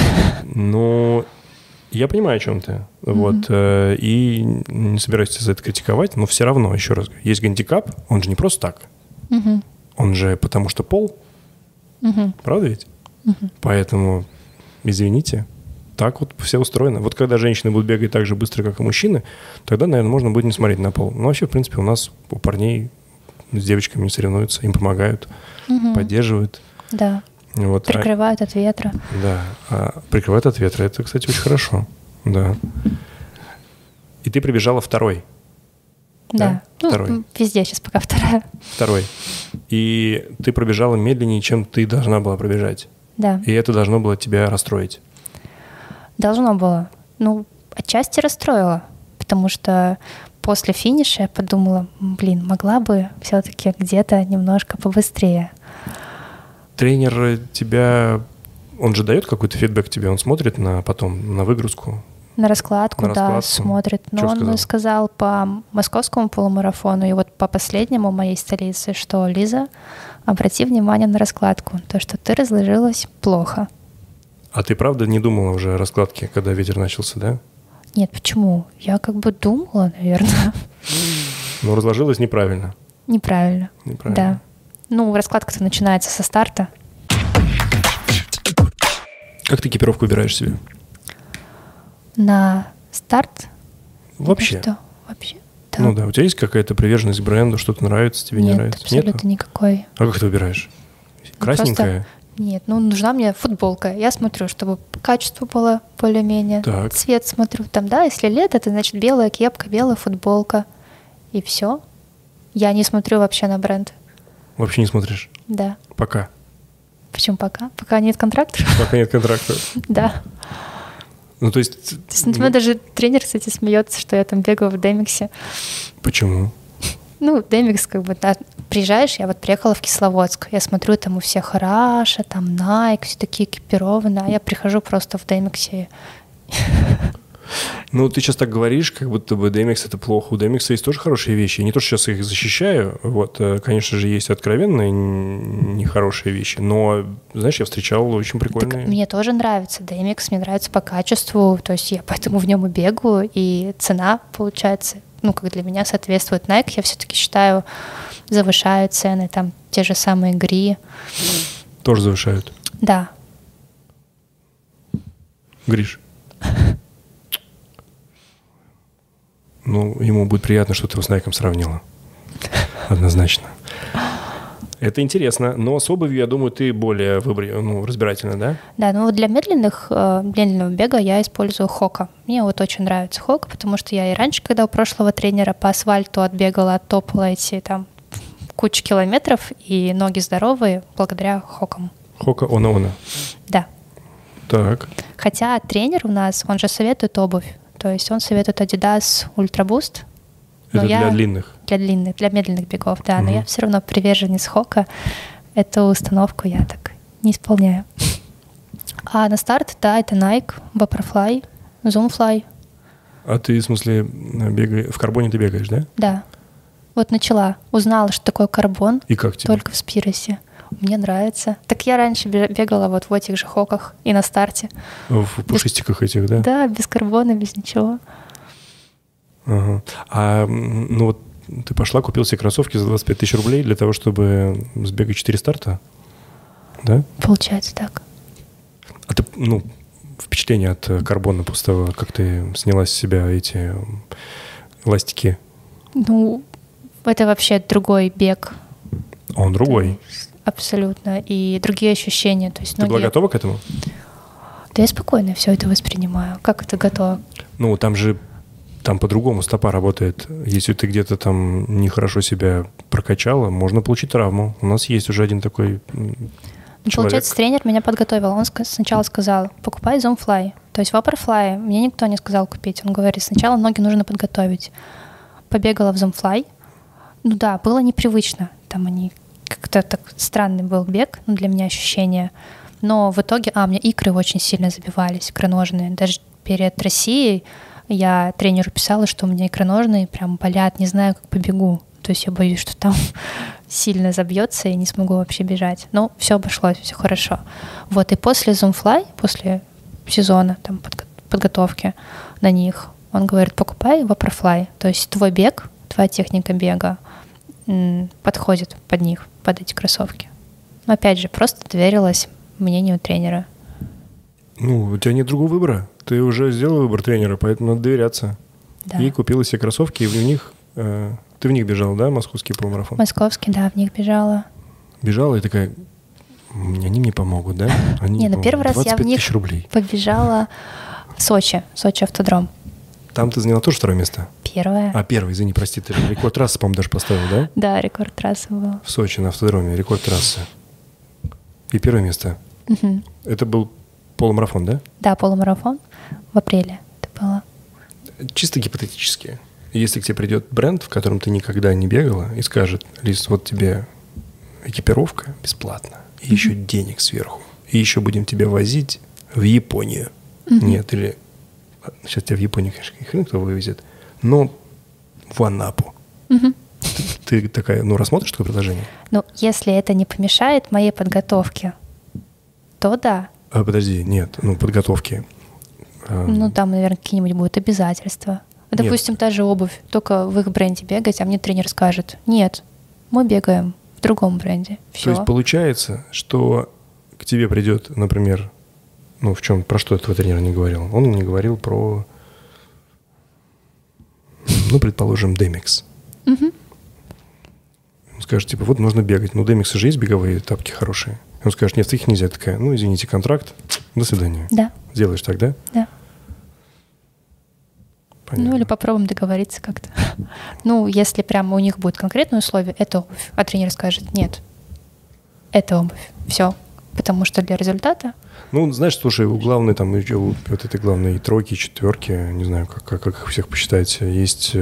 Speaker 1: Я понимаю, о чем ты. И не собираюсь тебя за это критиковать, но все равно, еще раз, есть гандикап, он же не просто так. Он же потому что пол. Правда ведь? Поэтому, извините, так все устроено. Когда женщины будут бегать так же быстро, как и мужчины, тогда, наверное, можно будет не смотреть на пол. Но вообще, в принципе, у нас у парней с девочками не соревнуются, им помогают, поддерживают.
Speaker 2: Да. Прикрывают от ветра.
Speaker 1: Да, прикрывают от ветра. Это, кстати, очень хорошо. Да. И ты прибежала второй.
Speaker 2: Да.
Speaker 1: Второй.
Speaker 2: Везде сейчас пока вторая.
Speaker 1: Второй. И ты пробежала медленнее, чем ты должна была пробежать.
Speaker 2: Да.
Speaker 1: И это должно было тебя расстроить.
Speaker 2: Должно было. Отчасти расстроило. Потому что после финиша я подумала, могла бы все-таки где-то немножко побыстрее.
Speaker 1: Тренер тебя, Он же дает какой-то фидбэк тебе? Он смотрит потом на выгрузку?
Speaker 2: На раскладку,
Speaker 1: На
Speaker 2: да,
Speaker 1: раскладку.
Speaker 2: смотрит. Но
Speaker 1: Чё
Speaker 2: он сказал по московскому полумарафону и вот по последнему моей столице, что Лиза, обрати внимание на раскладку, то, что ты разложилась плохо.
Speaker 1: А ты правда не думала уже о раскладке, когда ветер начался, да?
Speaker 2: Нет, почему? Я как бы думала, наверное.
Speaker 1: Но разложилась неправильно.
Speaker 2: Неправильно.
Speaker 1: Неправильно.
Speaker 2: Да. Ну, раскладка-то начинается со старта.
Speaker 1: Как ты экипировку выбираешь себе?
Speaker 2: На старт?
Speaker 1: Вообще.
Speaker 2: Что? Вообще? Да.
Speaker 1: Ну да, у тебя есть какая-то приверженность к бренду, что-то нравится, тебе не
Speaker 2: Нет,
Speaker 1: нравится?
Speaker 2: абсолютно никакой.
Speaker 1: А как ты выбираешь? Красненькая?
Speaker 2: Нет, ну нужна мне футболка. Я смотрю, чтобы качество было более-менее.
Speaker 1: Так.
Speaker 2: Цвет смотрю там, да, если лето, это значит белая кепка, белая футболка. И все. Я не смотрю вообще на бренд.
Speaker 1: Вообще не смотришь?
Speaker 2: Да.
Speaker 1: Пока.
Speaker 2: Почему пока? Пока нет контрактов?
Speaker 1: Пока нет контракта.
Speaker 2: Да.
Speaker 1: Ну, то есть...
Speaker 2: То есть, над мной даже тренер, кстати, смеется, что я там бегаю в Демиксе.
Speaker 1: Почему?
Speaker 2: Ну, Демикс, как бы, да, приезжаешь, я вот приехала в Кисловодск, я смотрю, там у всех Раша, там Nike, все такие экипированные, а я прихожу просто в Демиксе.
Speaker 1: Ну, ты сейчас так говоришь, как будто бы DMX — это плохо. У DMX есть тоже хорошие вещи. Не то, что сейчас их защищаю. Вот, конечно же, есть откровенные нехорошие вещи. Но, знаешь, я встречал очень прикольные.
Speaker 2: Так мне тоже нравится DMX, мне нравится по качеству. То есть я поэтому в нем и бегаю. И цена, получается, ну, как для меня соответствует Nike. Я все-таки считаю, завышают цены. Там те же самые Гри.
Speaker 1: Тоже завышают.
Speaker 2: Да.
Speaker 1: Гриш. Ну, ему будет приятно, что ты его с Найком сравнила. Однозначно. Это интересно. Но с обувью, я думаю, ты более разбирательна, да?
Speaker 2: Да, ну вот для медленного бега я использую Хока. Мне вот очень нравится Хока, потому что я и раньше, когда у прошлого тренера по асфальту отбегала, оттопала эти там кучу километров, и ноги здоровые благодаря Хокам.
Speaker 1: Хока Она.
Speaker 2: Да.
Speaker 1: Так.
Speaker 2: Хотя тренер у нас, он же советует обувь. То есть он советует Adidas Ultra Boost.
Speaker 1: Это для длинных?
Speaker 2: Для медленных бегов, да. Но я все равно приверженец Хока. Эту установку я так не исполняю. А на старт, да, это Nike, Vaporfly, Zoomfly.
Speaker 1: А ты, в смысле, в карбоне ты бегаешь, да?
Speaker 2: Да. Вот узнала, что такое карбон.
Speaker 1: И как тебе?
Speaker 2: Только в Спиросе. Мне нравится. Так я раньше бегала вот в этих же Хоках и на старте.
Speaker 1: В пушистиках этих, да?
Speaker 2: Да, без карбона, без ничего.
Speaker 1: Ага. А ну вот ты пошла, купила себе кроссовки за 25 тысяч рублей для того, чтобы сбегать 4 старта? Да?
Speaker 2: Получается так.
Speaker 1: А ты, впечатление от карбона после того, как ты сняла с себя эти ластики?
Speaker 2: Ну, это вообще другой бег.
Speaker 1: Он другой?
Speaker 2: Абсолютно. И другие ощущения. То есть
Speaker 1: ты была готова к этому?
Speaker 2: Да я спокойно все это воспринимаю. Как это готово?
Speaker 1: Ну, там по-другому стопа работает. Если ты где-то там нехорошо себя прокачала, можно получить травму. У нас есть уже один такой человек.
Speaker 2: Получается, тренер меня подготовил. Он сначала сказал, покупай Zoomfly. То есть Vaporfly мне никто не сказал купить. Он говорит, сначала ноги нужно подготовить. Побегала в Zoomfly. Ну да, было непривычно. Там как-то так странный был бег, для меня ощущение. Но в итоге, у меня икры очень сильно забивались, икроножные. Даже перед Россией я тренеру писала, что у меня икроножные прям болят, не знаю, как побегу. То есть я боюсь, что там сильно забьется и не смогу вообще бежать. Но все обошлось, все хорошо. Вот, и после Zoomfly, после сезона там, подготовки на них, он говорит, покупай Vaporfly. То есть твой бег, твоя техника бега подходит под них, под эти кроссовки. Но опять же, просто доверилась мнению тренера.
Speaker 1: Ну, у тебя нет другого выбора. Ты уже сделал выбор тренера, поэтому надо доверяться.
Speaker 2: Да.
Speaker 1: И купила себе кроссовки, и в них... ты в них бежала, да, московский полумарафон?
Speaker 2: Московский, да, в них бежала.
Speaker 1: Бежала и такая, они мне помогут, да? Они
Speaker 2: первый раз я в них побежала в Сочи автодром.
Speaker 1: Там ты заняла тоже второе место?
Speaker 2: Первое.
Speaker 1: Первый, извини, прости, ты рекорд трассы, по-моему, даже поставил, да?
Speaker 2: Да, рекорд трассы был.
Speaker 1: В Сочи на автодроме, рекорд трассы. И первое место.
Speaker 2: Угу.
Speaker 1: Это был полумарафон, да?
Speaker 2: Да, полумарафон в апреле это было.
Speaker 1: Чисто гипотетически. Если к тебе придет бренд, в котором ты никогда не бегала, и скажет, Лиз, вот тебе экипировка бесплатно, и еще денег сверху. и еще будем тебя возить в Японию. Нет, или... Сейчас тебя в Японию, конечно, хрен кто вывезет, но в Анапу. Ты такая, рассмотришь такое предложение?
Speaker 2: Ну, если это не помешает моей подготовке, то да.
Speaker 1: Подожди, нет, подготовки.
Speaker 2: Ну, там, наверное, какие-нибудь будут обязательства. Допустим, та же обувь, только в их бренде бегать, а мне тренер скажет: нет, мы бегаем в другом бренде. Все.
Speaker 1: То есть получается, что к тебе придет, например, про что этого тренер не говорил? Он не говорил про, предположим, Demix. Он скажет, типа, вот нужно бегать. Demix же есть беговые тапки хорошие. Он скажет, нет, их нельзя. Такая, извините, контракт, до свидания.
Speaker 2: Да.
Speaker 1: Сделаешь так, да?
Speaker 2: Да.
Speaker 1: Понятно.
Speaker 2: Или попробуем договориться как-то. Если прямо у них будет конкретное условие, это обувь, а тренер скажет, нет, это обувь. Все. Потому что для результата...
Speaker 1: знаешь, слушай, у главной, вот этой главной тройки, четверки, не знаю, как их всех посчитать, есть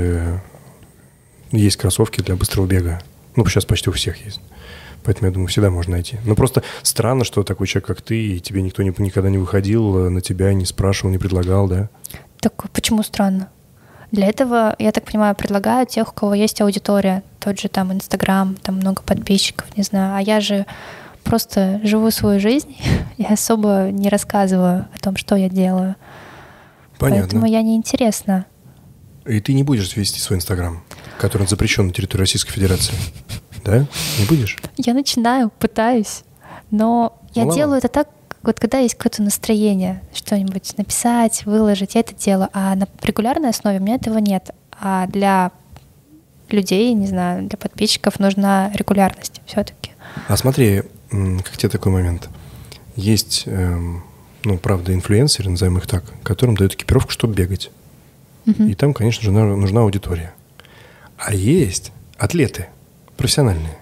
Speaker 1: кроссовки для быстрого бега. Сейчас почти у всех есть. Поэтому, я думаю, всегда можно найти. Просто странно, что такой человек, как ты, и тебе никто никогда не выходил на тебя, не спрашивал, не предлагал, да?
Speaker 2: Так почему странно? Для этого, я так понимаю, предлагают тех, у кого есть аудитория. Тот же Инстаграм, много подписчиков, не знаю. А я же просто живу свою жизнь и особо не рассказываю о том, что я делаю.
Speaker 1: Понятно.
Speaker 2: Поэтому я неинтересна.
Speaker 1: И ты не будешь вести свой Инстаграм, который запрещен на территории Российской Федерации? Да? Не будешь?
Speaker 2: Я начинаю, пытаюсь, но я делаю это так, вот когда есть какое-то настроение, что-нибудь написать, выложить, я это делаю, а на регулярной основе у меня этого нет. А для людей, не знаю, для подписчиков нужна регулярность все-таки.
Speaker 1: А смотри, как тебе такой момент? Есть, правда, инфлюенсеры, назовем их так, которым дают экипировку, чтобы бегать. И там, конечно же, нужна аудитория. А есть атлеты профессиональные.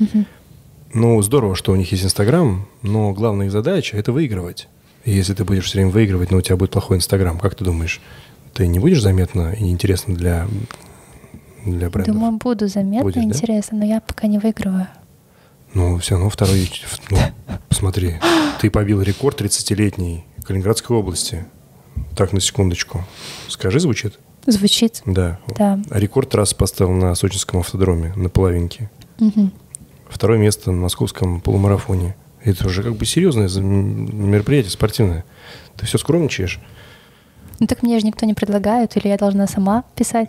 Speaker 1: Здорово, что у них есть Инстаграм, но главная их задача – это выигрывать. И если ты будешь все время выигрывать, но у тебя будет плохой Инстаграм, как ты думаешь, ты не будешь заметна и неинтересна для брендов?
Speaker 2: Думаю, буду заметна и интересна, но я пока не выигрываю.
Speaker 1: Все равно второй... посмотри, ты побил рекорд 30-летней Калининградской области. Так, на секундочку. Скажи, звучит?
Speaker 2: Звучит.
Speaker 1: Да.
Speaker 2: Да.
Speaker 1: Рекорд трассы поставил на Сочинском автодроме, на половинке. Второе место на московском полумарафоне. Это уже серьезное мероприятие спортивное. Ты все скромничаешь.
Speaker 2: Так мне же никто не предлагает, или я должна сама писать?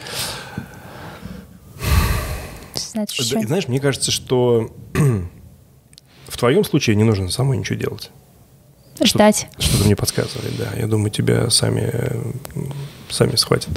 Speaker 1: Знаешь, мне кажется, что в твоем случае не нужно самой ничего делать.
Speaker 2: Ждать.
Speaker 1: Что-то мне подсказывает, да. Я думаю, тебя сами схватят.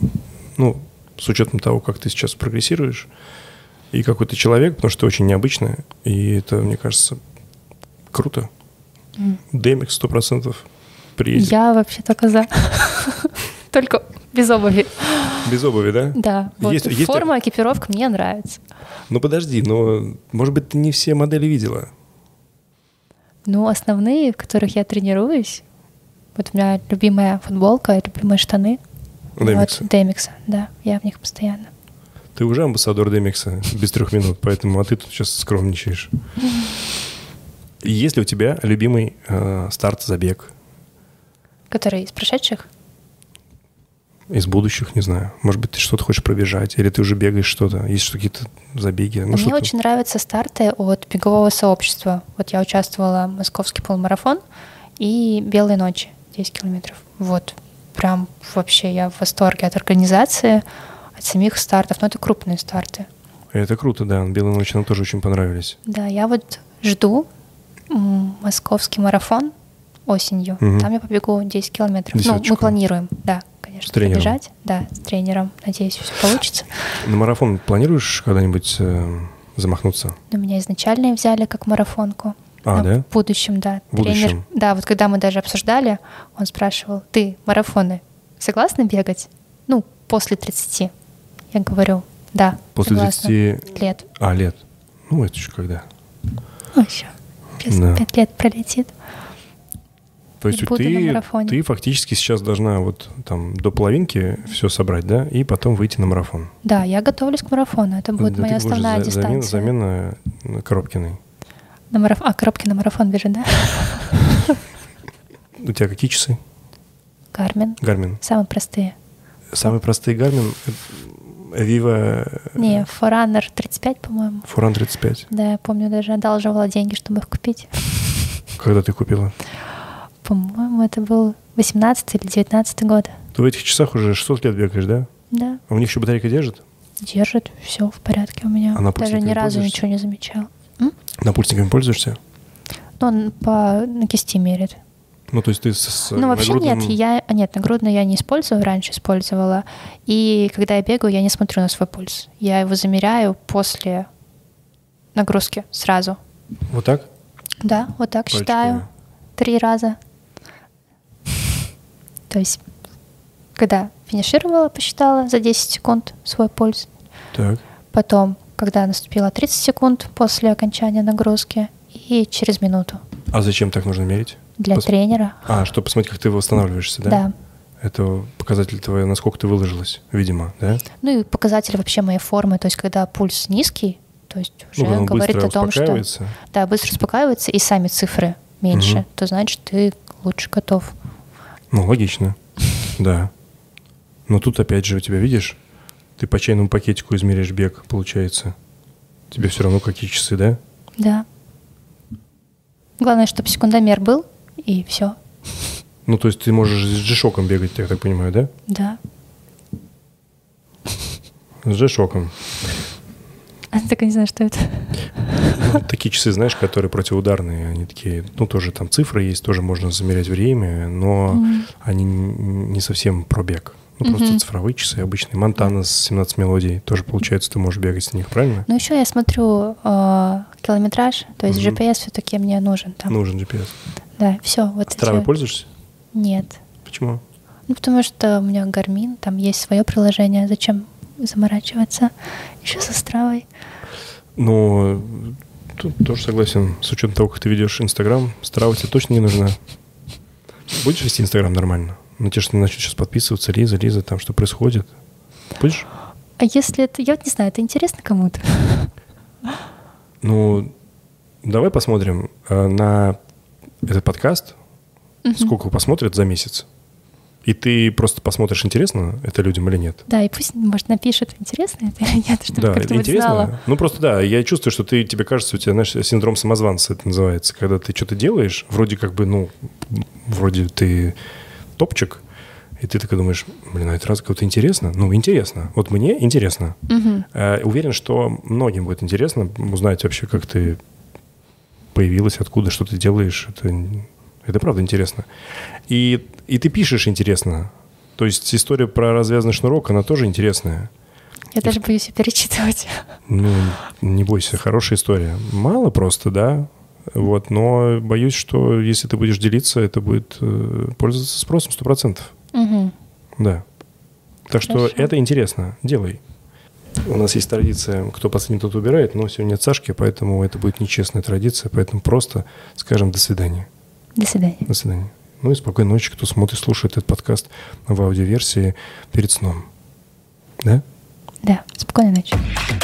Speaker 1: С учетом того, как ты сейчас прогрессируешь, и какой ты человек, потому что ты очень необычная, и это, мне кажется, круто. Demix 100% приедет.
Speaker 2: Я вообще только за. Только без обуви.
Speaker 1: Без обуви, да?
Speaker 2: Да. Форма, экипировка мне нравится.
Speaker 1: Подожди, может быть, ты не все модели видела?
Speaker 2: Основные, в которых я тренируюсь, вот у меня любимая футболка и любимые штаны.
Speaker 1: Demix.
Speaker 2: Demix, да, я в них постоянно.
Speaker 1: Ты уже амбассадор Demix без 3 минут, поэтому ты тут сейчас скромничаешь. И есть ли у тебя любимый старт-забег?
Speaker 2: Который из прошедших?
Speaker 1: Из будущих, не знаю. Может быть, ты что-то хочешь пробежать, или ты уже бегаешь что-то, есть какие-то забеги?
Speaker 2: Мне очень нравятся старты от бегового сообщества. Вот я участвовала в московский полумарафон и «Белые ночи» 10 километров. Вот, прям вообще я в восторге от организации, от самих стартов. Это крупные старты.
Speaker 1: Это круто, да. «Белые ночи» нам тоже очень понравились.
Speaker 2: Да, я вот жду московский марафон осенью. Там я побегу 10 километров. Мы планируем, да. Конечно, побежать. Да, с тренером. Надеюсь, все получится.
Speaker 1: На марафон планируешь когда-нибудь замахнуться?
Speaker 2: Меня изначально взяли как марафонку.
Speaker 1: Да?
Speaker 2: В будущем, да. Тренер, да, вот когда мы даже обсуждали, он спрашивал, ты марафоны согласна бегать? После 30. Я говорю, да,
Speaker 1: после
Speaker 2: согласна.
Speaker 1: 30
Speaker 2: лет.
Speaker 1: Лет. Это еще когда?
Speaker 2: Еще. 5 лет пролетит.
Speaker 1: То есть ты фактически сейчас должна до половинки все собрать, да, и потом выйти на марафон.
Speaker 2: Да, я готовлюсь к марафону. Это будет моя основная дистанция.
Speaker 1: Замена Коробкиной.
Speaker 2: На марафон. Коробки на марафон бежит, да?
Speaker 1: У тебя какие часы?
Speaker 2: Garmin. Самые простые.
Speaker 1: Самые простые Garmin? Viva...
Speaker 2: Не, Forerunner 35, по-моему.
Speaker 1: Forerunner 35.
Speaker 2: Да, я помню, даже одалживала деньги, чтобы их купить.
Speaker 1: Когда ты купила?
Speaker 2: По-моему, это был 18 или 19 год.
Speaker 1: Ты в этих часах уже 600 лет бегаешь, да?
Speaker 2: Да.
Speaker 1: А у них еще батарейка держит?
Speaker 2: Держит, все в порядке у меня.
Speaker 1: А на
Speaker 2: даже ни разу ничего не замечал.
Speaker 1: Напульсниками пользуешься?
Speaker 2: Ну, он на кисти мерит.
Speaker 1: Ну, то есть ты с
Speaker 2: Ну, вообще
Speaker 1: нагрудным...
Speaker 2: нет, нагрудный я не использую, раньше использовала. И когда я бегаю, я не смотрю на свой пульс. Я его замеряю после нагрузки сразу.
Speaker 1: Вот так?
Speaker 2: Да, вот так
Speaker 1: Пальчиками.
Speaker 2: считаю 3 раза. То есть, когда финишировала, посчитала за 10 секунд свой пульс.
Speaker 1: Так.
Speaker 2: Потом, когда наступило 30 секунд после окончания нагрузки, и через минуту.
Speaker 1: А зачем так нужно мерить?
Speaker 2: Для тренера.
Speaker 1: Чтобы посмотреть, как ты восстанавливаешься, да?
Speaker 2: Да.
Speaker 1: Это показатель твоего, насколько ты выложилась, видимо, да?
Speaker 2: Ну и показатель вообще моей формы. То есть, когда пульс низкий, то есть уже
Speaker 1: он
Speaker 2: говорит
Speaker 1: быстро
Speaker 2: о том, что...
Speaker 1: успокаивается.
Speaker 2: Да, быстро успокаивается, и сами цифры меньше. То значит, ты лучше готов.
Speaker 1: Ну, логично, да. Но тут опять же у тебя, видишь, ты по чайному пакетику измеряешь бег, получается. Тебе все равно какие часы, да?
Speaker 2: Да. Главное, чтобы секундомер был, и все.
Speaker 1: Ну, то есть ты можешь с G-Shock'ом бегать, я так понимаю, да?
Speaker 2: Да.
Speaker 1: С G-Shock'ом.
Speaker 2: Так и не знаю, что это.
Speaker 1: Ну, такие часы, знаешь, которые противоударные, они такие, ну, тоже там цифры есть, тоже можно замерять время, но они не совсем про бег. Ну, просто цифровые часы обычные. Монтана с 17 мелодий, тоже, получается, ты можешь бегать с них, правильно?
Speaker 2: Ну, еще я смотрю километраж, то есть GPS все-таки мне нужен там.
Speaker 1: Нужен GPS.
Speaker 2: Да, все. Вот
Speaker 1: Стравой пользуешься?
Speaker 2: Нет.
Speaker 1: Почему?
Speaker 2: Ну, потому что у меня Garmin, там есть свое приложение, зачем заморачиваться еще со Стравой?
Speaker 1: Ну, тут тоже согласен. С учетом того, как ты ведешь Инстаграм, Страва тебе точно не нужна. Будешь вести Инстаграм нормально? Ну, тебе же начнут сейчас подписываться, Лиза, там что происходит. Будешь?
Speaker 2: А если это, я вот не знаю, это интересно кому-то?
Speaker 1: Ну, давай посмотрим на этот подкаст, сколько посмотрят за месяц. И ты просто посмотришь, интересно это людям или нет.
Speaker 2: Да, и пусть, может, напишут, интересно это или нет, чтобы
Speaker 1: да,
Speaker 2: как-то
Speaker 1: интересно.
Speaker 2: знала.
Speaker 1: Ну, просто да, я чувствую, что тебе кажется, у тебя, знаешь, синдром самозванца это называется, когда ты что-то делаешь, вроде как бы, ну, вроде ты топчик, и ты такой думаешь, блин, а это раз кого-то интересно? Ну, интересно. Вот мне интересно. Уверен, что многим будет интересно узнать вообще, как ты появилась, откуда, что ты делаешь. Это правда интересно. И ты пишешь интересно. То есть история про развязанный шнурок, она тоже интересная.
Speaker 2: Я даже боюсь ее перечитывать.
Speaker 1: Ну, не бойся, хорошая история. Мало просто, да. Вот, но боюсь, что если ты будешь делиться, это будет пользоваться спросом 100%. Да. Так что это интересно. Делай. У нас есть традиция, кто последний, тот убирает, но сегодня нет Сашки, поэтому это будет нечестная традиция, поэтому просто скажем «до свидания».
Speaker 2: До свидания.
Speaker 1: До свидания. Ну и спокойной ночи, кто смотрит, слушает этот подкаст в аудиоверсии перед сном. Да?
Speaker 2: Да. Спокойной ночи.